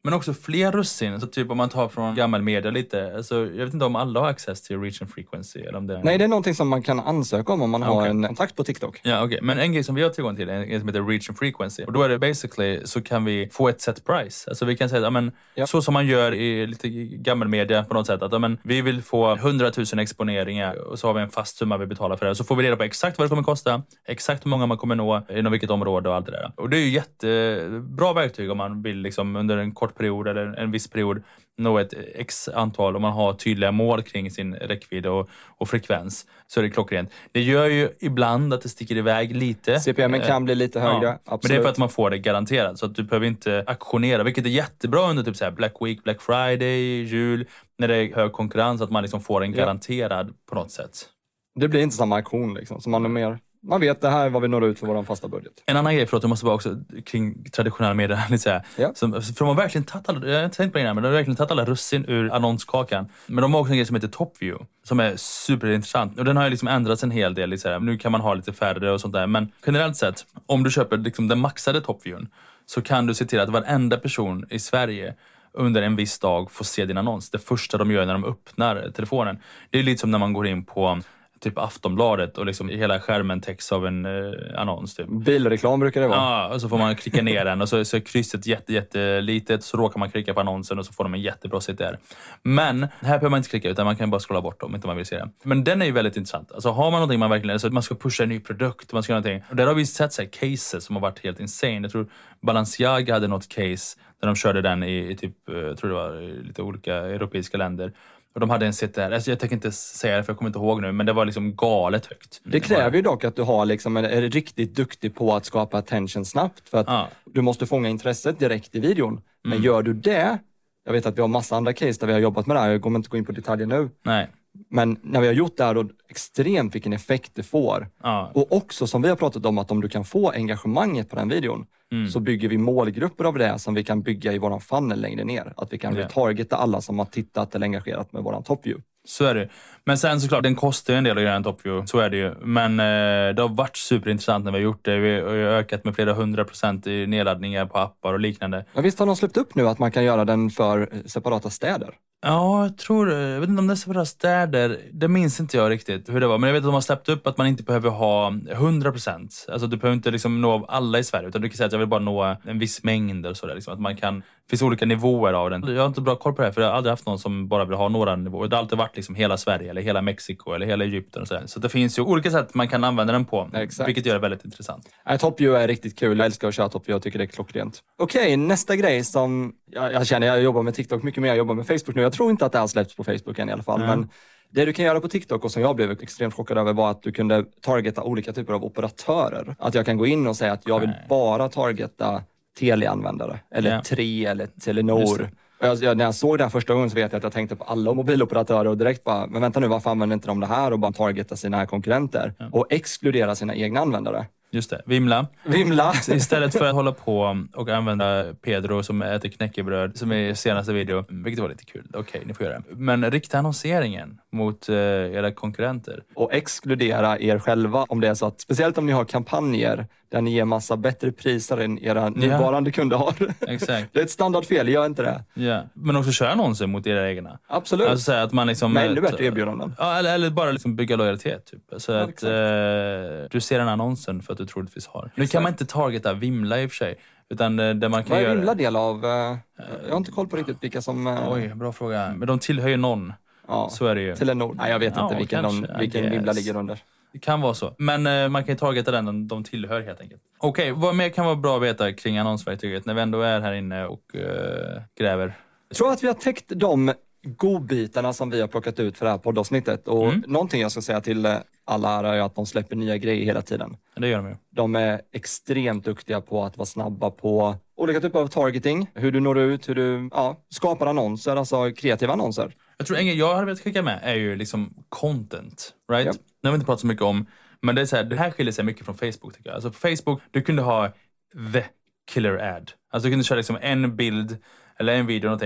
[SPEAKER 1] Men också fler russin. Så typ om man tar från gammal media lite. Alltså, jag vet inte om alla har access till reach and frequency. Eller om det är...
[SPEAKER 2] Nej, det är någonting som man kan ansöka om om man har
[SPEAKER 1] Okay.
[SPEAKER 2] en kontakt på TikTok.
[SPEAKER 1] Ja, okej. Okay. Men en grej som vi har tillgång till är en som heter reach and frequency. Och då är det basically så kan vi få ett set price. Alltså vi kan säga att ja, men, ja. så som man gör i lite gammal media på något sätt. Att ja, men, vi vill få hundratusen exponeringar och så har vi en fast summa vi betalar för det. Så får vi reda på exakt vad det kommer kosta. Exakt hur många man kommer nå inom vilket område och allt det där. Och det är ju jättebra verktyg om man vill liksom, under en kort period eller en viss period nå ett x antal om man har tydliga mål kring sin räckvidd och, och frekvens, så är det klockrent. Det gör ju ibland att det sticker iväg lite.
[SPEAKER 2] C P M kan bli lite högre, ja, absolut.
[SPEAKER 1] Men det är för att man får det garanterat, så att du behöver inte auktionera, vilket är jättebra under typ så här Black Week, Black Friday, jul, när det är hög konkurrens, att man liksom får en garanterad ja. på något sätt.
[SPEAKER 2] Det blir inte samma auktion liksom, som man är mer... Man vet det här är vad vi når ut för vår fasta budget.
[SPEAKER 1] En annan grej, förlåt, jag måste bara också kring traditionella medier lite säga. Ja. Som, för de har verkligen tagit alla, jag har inte tänkt på det innan, men de har verkligen tagit alla russin ur annonskakan. Men de har också en grej som heter Top View, som är superintressant. Och den har ju liksom ändrats en hel del. Liksom. Nu kan man ha lite färre och sånt där. Men generellt sett, om du köper liksom den maxade Top Viewn, så kan du se till att varenda person i Sverige under en viss dag får se din annons. Det första de gör när de öppnar telefonen. Det är lite som när man går in på typ Aftonbladet och liksom hela skärmen täcks av en eh, annons. Typ.
[SPEAKER 2] Bilreklam brukar det vara.
[SPEAKER 1] Ja, och så får man klicka ner den och så, så är krysset jätte, jätte litet, så råkar man klicka på annonsen och så får de en jättebra sitt där. Men här behöver man inte klicka, utan man kan bara scrolla bort dem om inte man vill se det. Men den är ju väldigt intressant. Alltså har man någonting man verkligen, alltså man ska pusha en ny produkt, man ska göra någonting. Och där har vi sett så här cases som har varit helt insane. Jag tror Balenciaga hade något case där de körde den i, i typ, jag tror det var i lite olika europeiska länder. Och de hade en sitt där, alltså jag tänker inte säga det för jag kommer inte ihåg nu, men det var liksom galet högt.
[SPEAKER 2] Det kräver ju dock att du har liksom, är riktigt duktig på att skapa attention snabbt. För att ah. du måste fånga intresset direkt i videon. Mm. Men gör du det, jag vet att vi har massa andra case där vi har jobbat med det här, jag kommer inte gå in på detaljer nu.
[SPEAKER 1] Nej.
[SPEAKER 2] Men när vi har gjort det här, då extremt vilken effekt det får. Ah. Och också som vi har pratat om, att om du kan få engagemanget på den videon, mm. så bygger vi målgrupper av det som vi kan bygga i våran funnel längre ner. Att vi kan yeah. retargeta alla som har tittat eller engagerat med våran top view.
[SPEAKER 1] Så är det. Men sen såklart, den kostar ju en del att göra en top view. Så är det ju. Men eh, det har varit superintressant när vi har gjort det. Vi har ökat med flera hundra procent i nedladdningar på appar och liknande.
[SPEAKER 2] Ja, visst har de släppt upp nu att man kan göra den för separata städer?
[SPEAKER 1] Ja, jag tror, jag vet inte om det är separata städer. Det minns inte jag riktigt hur det var. Men jag vet att de har släppt upp att man inte behöver ha hundra procent. Alltså du behöver inte liksom nå alla i Sverige. Utan du kan säga att jag vill bara nå en viss mängd eller sådär. Liksom. Att man kan, det finns olika nivåer av den. Jag har inte bra koll på det här, för jag har aldrig haft någon som bara vill ha några nivåer. Det har alltid varit liksom hela Sverige eller hela Mexiko eller hela Egypten och sådär. Så det finns ju olika sätt man kan använda den på.
[SPEAKER 2] Exakt.
[SPEAKER 1] Vilket gör det väldigt intressant.
[SPEAKER 2] Ja, Top View är riktigt kul. Jag älskar att köra Top View. Jag tycker det är klockrent. Okej, okay, nästa grej som jag, jag känner, jag jobbar med TikTok mycket mer. Jag jobbar med Facebook nu. Jag tror inte att det har släppts på Facebook än i alla fall. Mm. Men det du kan göra på TikTok och som jag blev extremt chockad över var att du kunde targeta olika typer av operatörer. Att jag kan gå in och säga att jag vill bara targeta teleanvändare. Eller yeah. Tre eller Telenor. Jag, jag, när jag såg det här första gången så vet jag att jag tänkte på alla mobiloperatörer och direkt bara, men vänta nu, varför använder inte de det här och bara targeta sina konkurrenter ja. Och exkludera sina egna användare?
[SPEAKER 1] Just det, Vimla.
[SPEAKER 2] Vimla.
[SPEAKER 1] Istället för att hålla på och använda Pedro som äter knäckebröd som är i senaste video, vilket var lite kul. Okej, okay, ni får göra det. Men rikta annonseringen mot eh, era konkurrenter.
[SPEAKER 2] Och exkludera er själva om det är så att, speciellt om ni har kampanjer där ni ger massa bättre priser än era nuvarande ja. kunder har.
[SPEAKER 1] Exakt.
[SPEAKER 2] Det är ett standardfel, gör inte det.
[SPEAKER 1] Ja, men också köra annonser mot era egna.
[SPEAKER 2] Absolut.
[SPEAKER 1] Alltså att man liksom...
[SPEAKER 2] Men ännu bättre erbjudanden.
[SPEAKER 1] Ja, eller, eller bara liksom bygga lojalitet. Typ. Så ja, att eh, du ser en annonsen för att du troligtvis har. Nu kan man inte targeta Vimla i och för sig. Utan eh, det man kan
[SPEAKER 2] Vad är
[SPEAKER 1] göra...
[SPEAKER 2] Vimla del av? Eh, jag har inte koll på riktigt vilka som... Eh...
[SPEAKER 1] Oj, bra fråga. Men de tillhör ju någon.
[SPEAKER 2] Ja,
[SPEAKER 1] så är det ju.
[SPEAKER 2] Telenor. Nej, jag vet inte ja, vilken, kanske, de, vilken Vimla ligger under.
[SPEAKER 1] Det kan vara så. Men eh, man kan ju targeta den de, de tillhör helt enkelt. Okej, okay, vad mer kan vara bra att veta kring annonsverktyget när vi ändå är här inne och eh, gräver?
[SPEAKER 2] Jag tror att vi har täckt de godbitarna som vi har plockat ut för det här poddavsnittet. Och mm. någonting jag ska säga till alla här är att de släpper nya grejer hela tiden.
[SPEAKER 1] Det gör de ju.
[SPEAKER 2] De är extremt duktiga på att vara snabba på olika typer av targeting. Hur du når ut, hur du ja, skapar annonser, alltså kreativa annonser.
[SPEAKER 1] Jag tror en jag hade velat skicka med är ju liksom content, right? Yep. Det har vi inte pratat så mycket om. Men det är så här, det här skiljer sig mycket från Facebook tycker jag. Alltså på Facebook, du kunde ha the killer ad. Alltså du kunde köra liksom en bild eller en video eller någonting.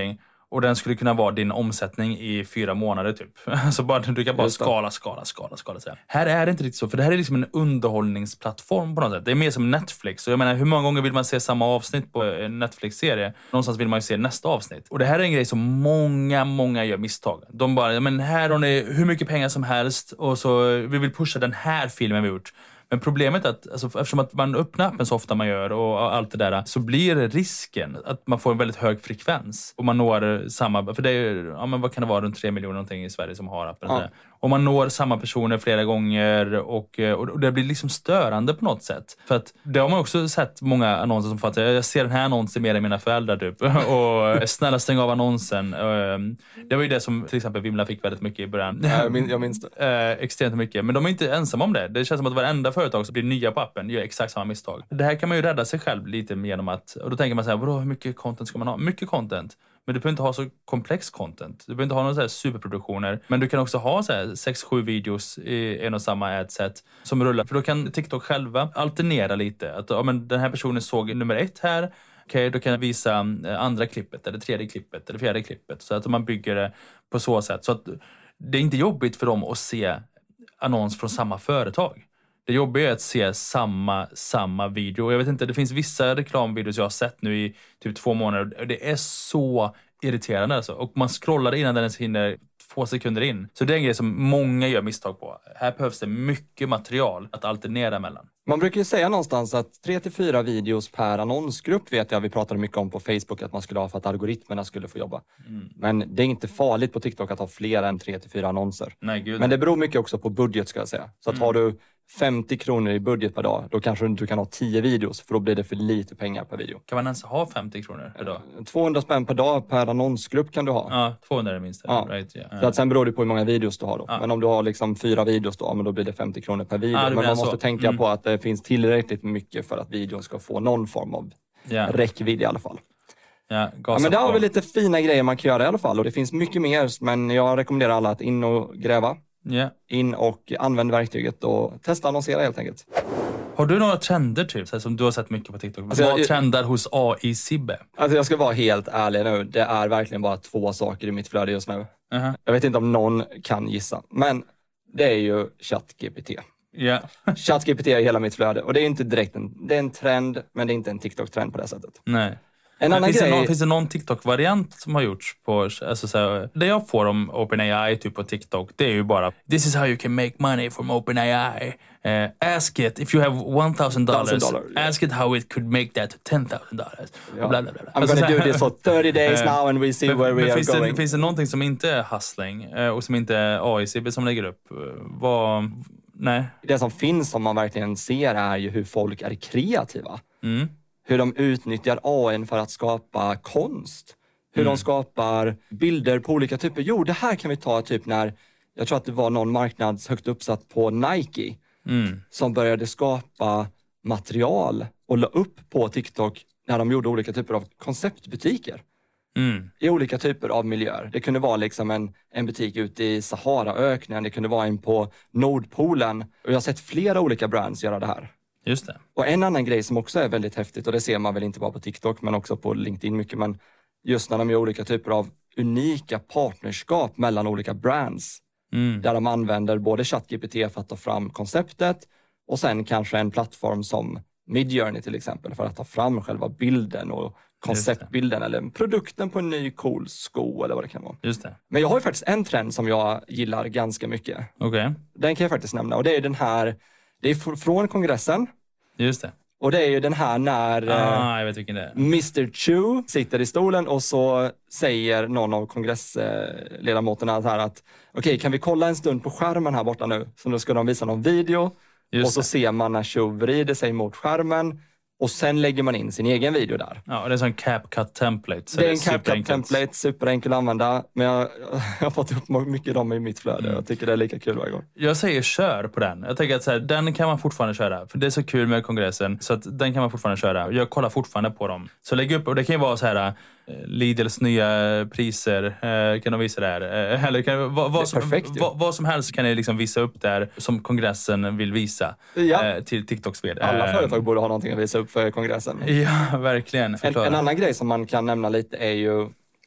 [SPEAKER 1] Och den skulle kunna vara din omsättning i fyra månader typ. Så bara, du kan bara skala, skala, skala, skala. Så här. här är det inte riktigt så. För det här är liksom en underhållningsplattform på något sätt. Det är mer som Netflix. Och jag menar, hur många gånger vill man se samma avsnitt på en Netflix-serie? Någonstans vill man ju se nästa avsnitt. Och det här är en grej som många, många gör misstag. De bara, men här har ni hur mycket pengar som helst. Och så vi vill pusha den här filmen vi gjort. Men problemet är att alltså, eftersom att man öppnar appen så ofta man gör och allt det där, så blir risken att man får en väldigt hög frekvens och man når samma, för det är ja, men vad kan det vara, runt tre miljoner någonting i Sverige som har appen. Ja. Och man når samma personer flera gånger och, och det blir liksom störande på något sätt. För att det har man också sett många annonser som fattar, jag ser den här annonsen mer än mina föräldrar typ. Och snälla stäng av annonsen. Det var ju det som till exempel Vimla fick väldigt mycket i början.
[SPEAKER 2] Jag minns, jag minns det.
[SPEAKER 1] Extremt mycket. Men de är inte ensamma om det. Det känns som att varenda företag som blir nya på appen gör exakt samma misstag. Det här kan man ju rädda sig själv lite genom att, och då tänker man så här, vadå, hur mycket content ska man ha? Mycket content. Men du behöver inte ha så komplex content. Du behöver inte ha några så här superproduktioner. Men du kan också ha så här sex sju videos i en och samma adset som rullar. För då kan TikTok själva alternera lite. Att ja, men den här personen såg nummer ett här. Okej, okay, då kan jag visa andra klippet, eller tredje klippet, eller fjärde klippet. Så att man bygger det på så sätt. Så att det är inte jobbigt för dem att se annons från samma företag. Det jobbiga är att se samma, samma video. Jag vet inte, det finns vissa reklamvideos jag har sett nu i typ två månader. Det är så irriterande alltså. Och man scrollar innan den ens hinner få sekunder in. Så det är en grej som många gör misstag på. Här behövs det mycket material att alternera mellan.
[SPEAKER 2] Man brukar ju säga någonstans att tre till fyra videos per annonsgrupp vet jag vi pratade mycket om på Facebook att man skulle ha för att algoritmerna skulle få jobba. Mm. Men det är inte farligt på TikTok att ha fler än tre till fyra annonser.
[SPEAKER 1] Nej, gud.
[SPEAKER 2] Men det beror mycket också på budget ska jag säga. Så att mm. har du femtio kronor i budget per dag, då kanske du inte kan ha tio videos för då blir det för lite pengar per video.
[SPEAKER 1] Kan man ens ha femtio kronor per dag?
[SPEAKER 2] tvåhundra spänn per dag per annonsgrupp kan du ha.
[SPEAKER 1] Ja, tvåhundra är det minst.
[SPEAKER 2] Ja.
[SPEAKER 1] Right, yeah.
[SPEAKER 2] Så att sen beror det på hur många videos du har då. Ja. Men om du har liksom fyra videos då, men då blir det femtio kronor per video. Ja, men man måste så. tänka mm. på att det finns tillräckligt mycket för att videon ska få någon form av yeah. räckvidd i alla fall.
[SPEAKER 1] Ja,
[SPEAKER 2] ja, men där har vi lite fina grejer man kan göra i alla fall. Och det finns mycket mer, men jag rekommenderar alla att in och gräva.
[SPEAKER 1] Yeah.
[SPEAKER 2] In och använd verktyget och testa annonsera helt enkelt.
[SPEAKER 1] Har du några trender typ, så här, som du har sett mycket på TikTok?
[SPEAKER 2] Alltså,
[SPEAKER 1] Vad
[SPEAKER 2] jag,
[SPEAKER 1] trendar hos A I Sibbe?
[SPEAKER 2] Alltså jag ska vara helt ärlig nu. Det är verkligen bara två saker i mitt flöde just nu.
[SPEAKER 1] Uh-huh.
[SPEAKER 2] Jag vet inte om någon kan gissa. Men det är ju ChatGPT.
[SPEAKER 1] Yeah.
[SPEAKER 2] ChatGPT är hela mitt flöde. Och det är inte direkt en, det är en trend, men det är inte en TikTok-trend på det sättet.
[SPEAKER 1] Nej.
[SPEAKER 2] En annan
[SPEAKER 1] finns,
[SPEAKER 2] grej...
[SPEAKER 1] det någon, finns det någon TikTok-variant som har gjorts på, alltså så här, det jag får om OpenAI typ på TikTok, det är ju bara this is how you can make money from OpenAI. Uh, ask it if you have one thousand dollars. Ask it how it could make that to ten thousand dollars.
[SPEAKER 2] Ja. Bla, bla, bla. I'm alltså, gonna do this for thirty days now and we see men, where we are
[SPEAKER 1] finns
[SPEAKER 2] going.
[SPEAKER 1] Det, finns det någonting som inte är hustling uh, och som inte är A I C B som lägger upp? Uh, vad... Nej.
[SPEAKER 2] Det som finns som man verkligen ser är ju hur folk är kreativa.
[SPEAKER 1] Mm.
[SPEAKER 2] Hur de utnyttjar A I för att skapa konst. Hur mm. de skapar bilder på olika typer. Jo, det här kan vi ta typ när, jag tror att det var någon marknads högt uppsatt på Nike.
[SPEAKER 1] Mm.
[SPEAKER 2] Som började skapa material och la upp på TikTok när de gjorde olika typer av konceptbutiker.
[SPEAKER 1] Mm.
[SPEAKER 2] I olika typer av miljöer. Det kunde vara liksom en, en butik ute i Saharaöknen. Det kunde vara en på Nordpolen. Och jag har sett flera olika brands göra det här.
[SPEAKER 1] Just det.
[SPEAKER 2] Och en annan grej som också är väldigt häftigt, och det ser man väl inte bara på TikTok men också på LinkedIn mycket, men just när de gör olika typer av unika partnerskap mellan olika brands.
[SPEAKER 1] Mm.
[SPEAKER 2] Där de använder både ChatGPT för att ta fram konceptet och sen kanske en plattform som Midjourney till exempel för att ta fram själva bilden och konceptbilden eller produkten på en ny cool sko eller vad det kan vara.
[SPEAKER 1] Just det.
[SPEAKER 2] Men jag har ju faktiskt en trend som jag gillar ganska mycket.
[SPEAKER 1] Okej. Okay.
[SPEAKER 2] Den kan jag faktiskt nämna och det är den här, det är från kongressen.
[SPEAKER 1] Just det.
[SPEAKER 2] Och det är ju den här när
[SPEAKER 1] ah, jag vet vilken det är.
[SPEAKER 2] mister Chu sitter i stolen och så säger någon av kongressledamoterna så här att okej, okay, kan vi kolla en stund på skärmen här borta nu? Så nu ska de visa någon video. Just och så det. Ser man när Chu vrider sig mot skärmen och sen lägger man in sin egen video där.
[SPEAKER 1] Ja, och det är en sån CapCut template. Så
[SPEAKER 2] det är en CapCut template, superenkel att använda. Men jag, jag har fått upp mycket av dem i mitt flöde. Mm. Jag tycker det är lika kul varje gång.
[SPEAKER 1] Jag säger kör på den. Jag tänker att så här, den kan man fortfarande köra. För det är så kul med kongressen. Så att den kan man fortfarande köra. Jag kollar fortfarande på dem. Så lägg upp, och det kan ju vara så här Lidls nya priser eh, kan de visa där. Eh, eller kan, vad, vad, som,
[SPEAKER 2] perfekt,
[SPEAKER 1] vad, vad som helst kan ni liksom visa upp där som kongressen vill visa
[SPEAKER 2] ja.
[SPEAKER 1] eh, till TikToks vd.
[SPEAKER 2] Alla
[SPEAKER 1] eh,
[SPEAKER 2] företag borde ha någonting att visa upp för kongressen.
[SPEAKER 1] Ja, verkligen.
[SPEAKER 2] En, en annan grej som man kan nämna lite är ju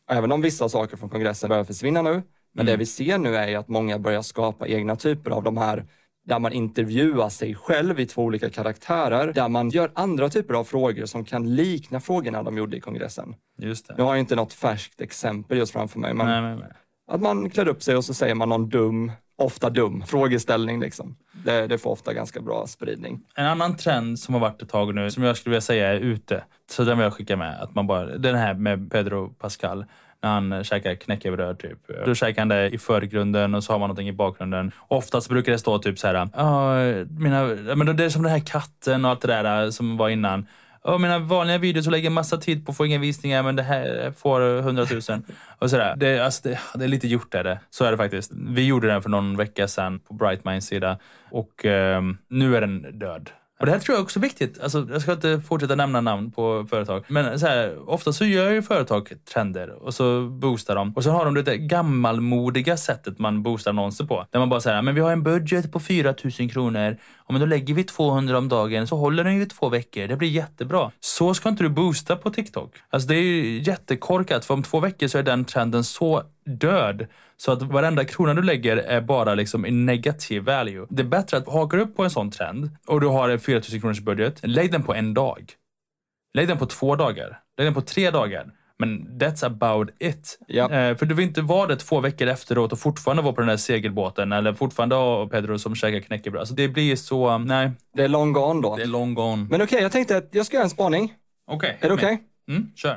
[SPEAKER 2] Även om vissa saker från kongressen börjar försvinna nu. Men
[SPEAKER 1] Mm.
[SPEAKER 2] det vi ser nu är att många börjar skapa egna typer av de här där man intervjuar sig själv i två olika karaktärer. Där man gör andra typer av frågor som kan likna frågorna de gjorde i kongressen.
[SPEAKER 1] Just det.
[SPEAKER 2] Nu har jag inte något färskt exempel just framför mig. Men
[SPEAKER 1] Nej, nej, nej.
[SPEAKER 2] att man klär upp sig och så säger man någon dum, ofta dum, frågeställning liksom. Det, det får ofta ganska bra spridning.
[SPEAKER 1] En annan trend som har varit ett tag nu, som jag skulle vilja säga är ute. Så den vill jag skicka med. Att man bara, den här med Pedro Pascal. När han käkar knäckebröd typ. Då käkar han det i förgrunden och så har man någonting i bakgrunden. Oftast brukar det stå typ så här. Ja, mina, men det är som den här katten och allt det där som var innan. Ja, mina vanliga videos så lägger massa tid på att få inga visningar, men det här får hundratusen. Och sådär. Det, alltså det, det är lite gjort är det. Så är det faktiskt. Vi gjorde den för någon vecka sedan på Bright Minds sida. Och eh, nu är den död. Och det här tror jag också är viktigt. Alltså, jag ska inte fortsätta nämna namn på företag. Men så här, ofta så gör ju företag trender och så boostar de. Och så har de det gammalmodiga sättet man boostar annonser på. Där man bara säger, men vi har en budget på fyra tusen kronor. Och men då lägger vi tvåhundra om dagen så håller den ju två veckor. Det blir jättebra. Så ska inte du boosta på TikTok. Alltså det är ju jättekorkat. För om två veckor så är den trenden så död. Så att varenda krona du lägger är bara liksom en negativ value. Det är bättre att haka upp på en sån trend och du har en fyra tusen kronors budget. Lägg den på en dag. Lägg den på två dagar. Lägg den på tre dagar. Men that's about it.
[SPEAKER 2] Ja.
[SPEAKER 1] Eh, för du vill inte vara det två veckor efteråt och fortfarande vara på den här segelbåten eller fortfarande ha Pedro som käkar knäckebröd. Alltså det blir så, nej.
[SPEAKER 2] Det är long gone då.
[SPEAKER 1] Det är long gone.
[SPEAKER 2] Men okej, okay, jag tänkte att jag ska göra en spaning.
[SPEAKER 1] Okej.
[SPEAKER 2] Okay, är det okej?
[SPEAKER 1] Okay? Mm, kör.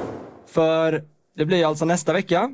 [SPEAKER 2] För det blir alltså nästa vecka.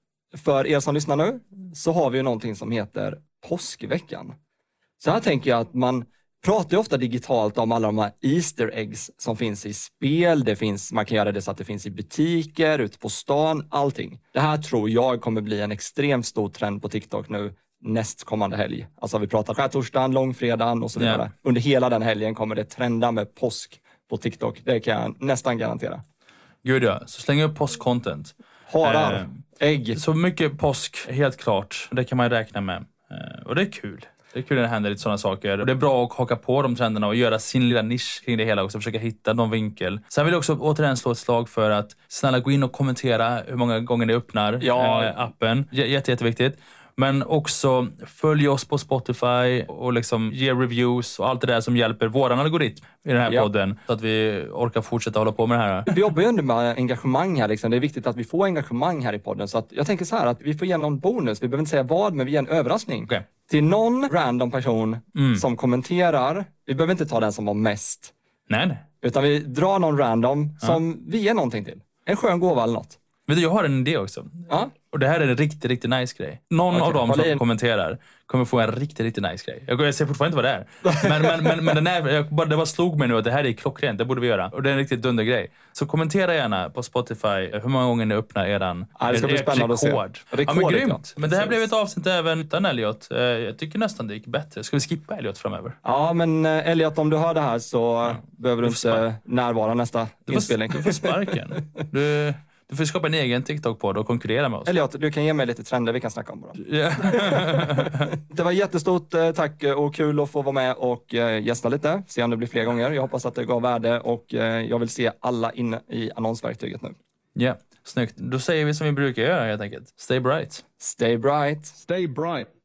[SPEAKER 2] För er som lyssnar nu så har vi ju någonting som heter påskveckan. Så här tänker jag att man pratar ju ofta digitalt om alla de här Easter eggs som finns i spel. Det finns, man kan göra det så att det finns i butiker, ute på stan, allting. Det här tror jag kommer bli en extremt stor trend på TikTok nu nästkommande helg. Alltså vi pratar skärtorsdagen, långfredagen och så vidare. Yeah. Under hela den helgen kommer det trenda med påsk på TikTok. Det kan jag nästan garantera.
[SPEAKER 1] Gud ja, så släng upp påskcontent.
[SPEAKER 2] Harar, eh, ägg.
[SPEAKER 1] Så mycket påsk, helt klart. Det kan man räkna med. Eh, och det är kul. Det är kul när det händer lite sådana saker. Och det är bra att haka på de trenderna och göra sin lilla nisch kring det hela också. Försöka hitta någon vinkel. Sen vill jag också återigen slå ett slag för att snälla gå in och kommentera hur många gånger ni öppnar
[SPEAKER 2] ja.
[SPEAKER 1] eh, appen. J- jätte, jätteviktigt. Men också följ oss på Spotify och liksom ge reviews och allt det där som hjälper våran algoritm i den här ja. podden. Så att vi orkar fortsätta hålla på med det här.
[SPEAKER 2] Vi jobbar ju ändå med engagemang här. Liksom. Det är viktigt att vi får engagemang här i podden. Så att jag tänker så här att vi får ge någon bonus. Vi behöver inte säga vad, men vi ger en överraskning.
[SPEAKER 1] Okay.
[SPEAKER 2] Till någon random person mm. som kommenterar. Vi behöver inte ta den som var mest.
[SPEAKER 1] Nej, nej.
[SPEAKER 2] Utan vi drar någon random ja. som vi ger någonting till. En skön gåva eller något.
[SPEAKER 1] Vet du, jag har en idé också.
[SPEAKER 2] Ja.
[SPEAKER 1] Och det här är en riktigt, riktigt nice grej. Någon okay, av dem som in. kommenterar kommer få en riktigt, riktigt nice grej. Jag, jag ser fortfarande inte vad det är. Men, men, men, men den är, jag bara, det bara slog mig nu att det här är klockrent. Det borde vi göra. Och det är en riktigt dunder grej. Så kommentera gärna på Spotify hur många gånger ni öppnar eran
[SPEAKER 2] ja, det ska bli spännande
[SPEAKER 1] rekord.
[SPEAKER 2] Att se. Rekord.
[SPEAKER 1] Ja, men grymt. Men det här blev ett avsnitt även utan Elliot. Jag tycker nästan det gick bättre. Ska vi skippa Elliot framöver?
[SPEAKER 2] Ja, men Elliot, om du hör det här så ja, behöver du inte närvara nästa
[SPEAKER 1] du
[SPEAKER 2] inspelning.
[SPEAKER 1] Du får sparken. Du... Du får skapa en egen TikTok-podd och konkurrera med oss.
[SPEAKER 2] Elliot, du kan ge mig lite trender vi kan snacka om bara. Yeah. Det var jättestort tack och kul att få vara med och gästa lite. Se om det blir fler gånger. Jag hoppas att det gav värde och jag vill se alla inne i annonsverktyget nu.
[SPEAKER 1] Ja, yeah. Snyggt. Då säger vi som vi brukar göra helt enkelt. Stay bright.
[SPEAKER 2] Stay bright.
[SPEAKER 3] Stay bright.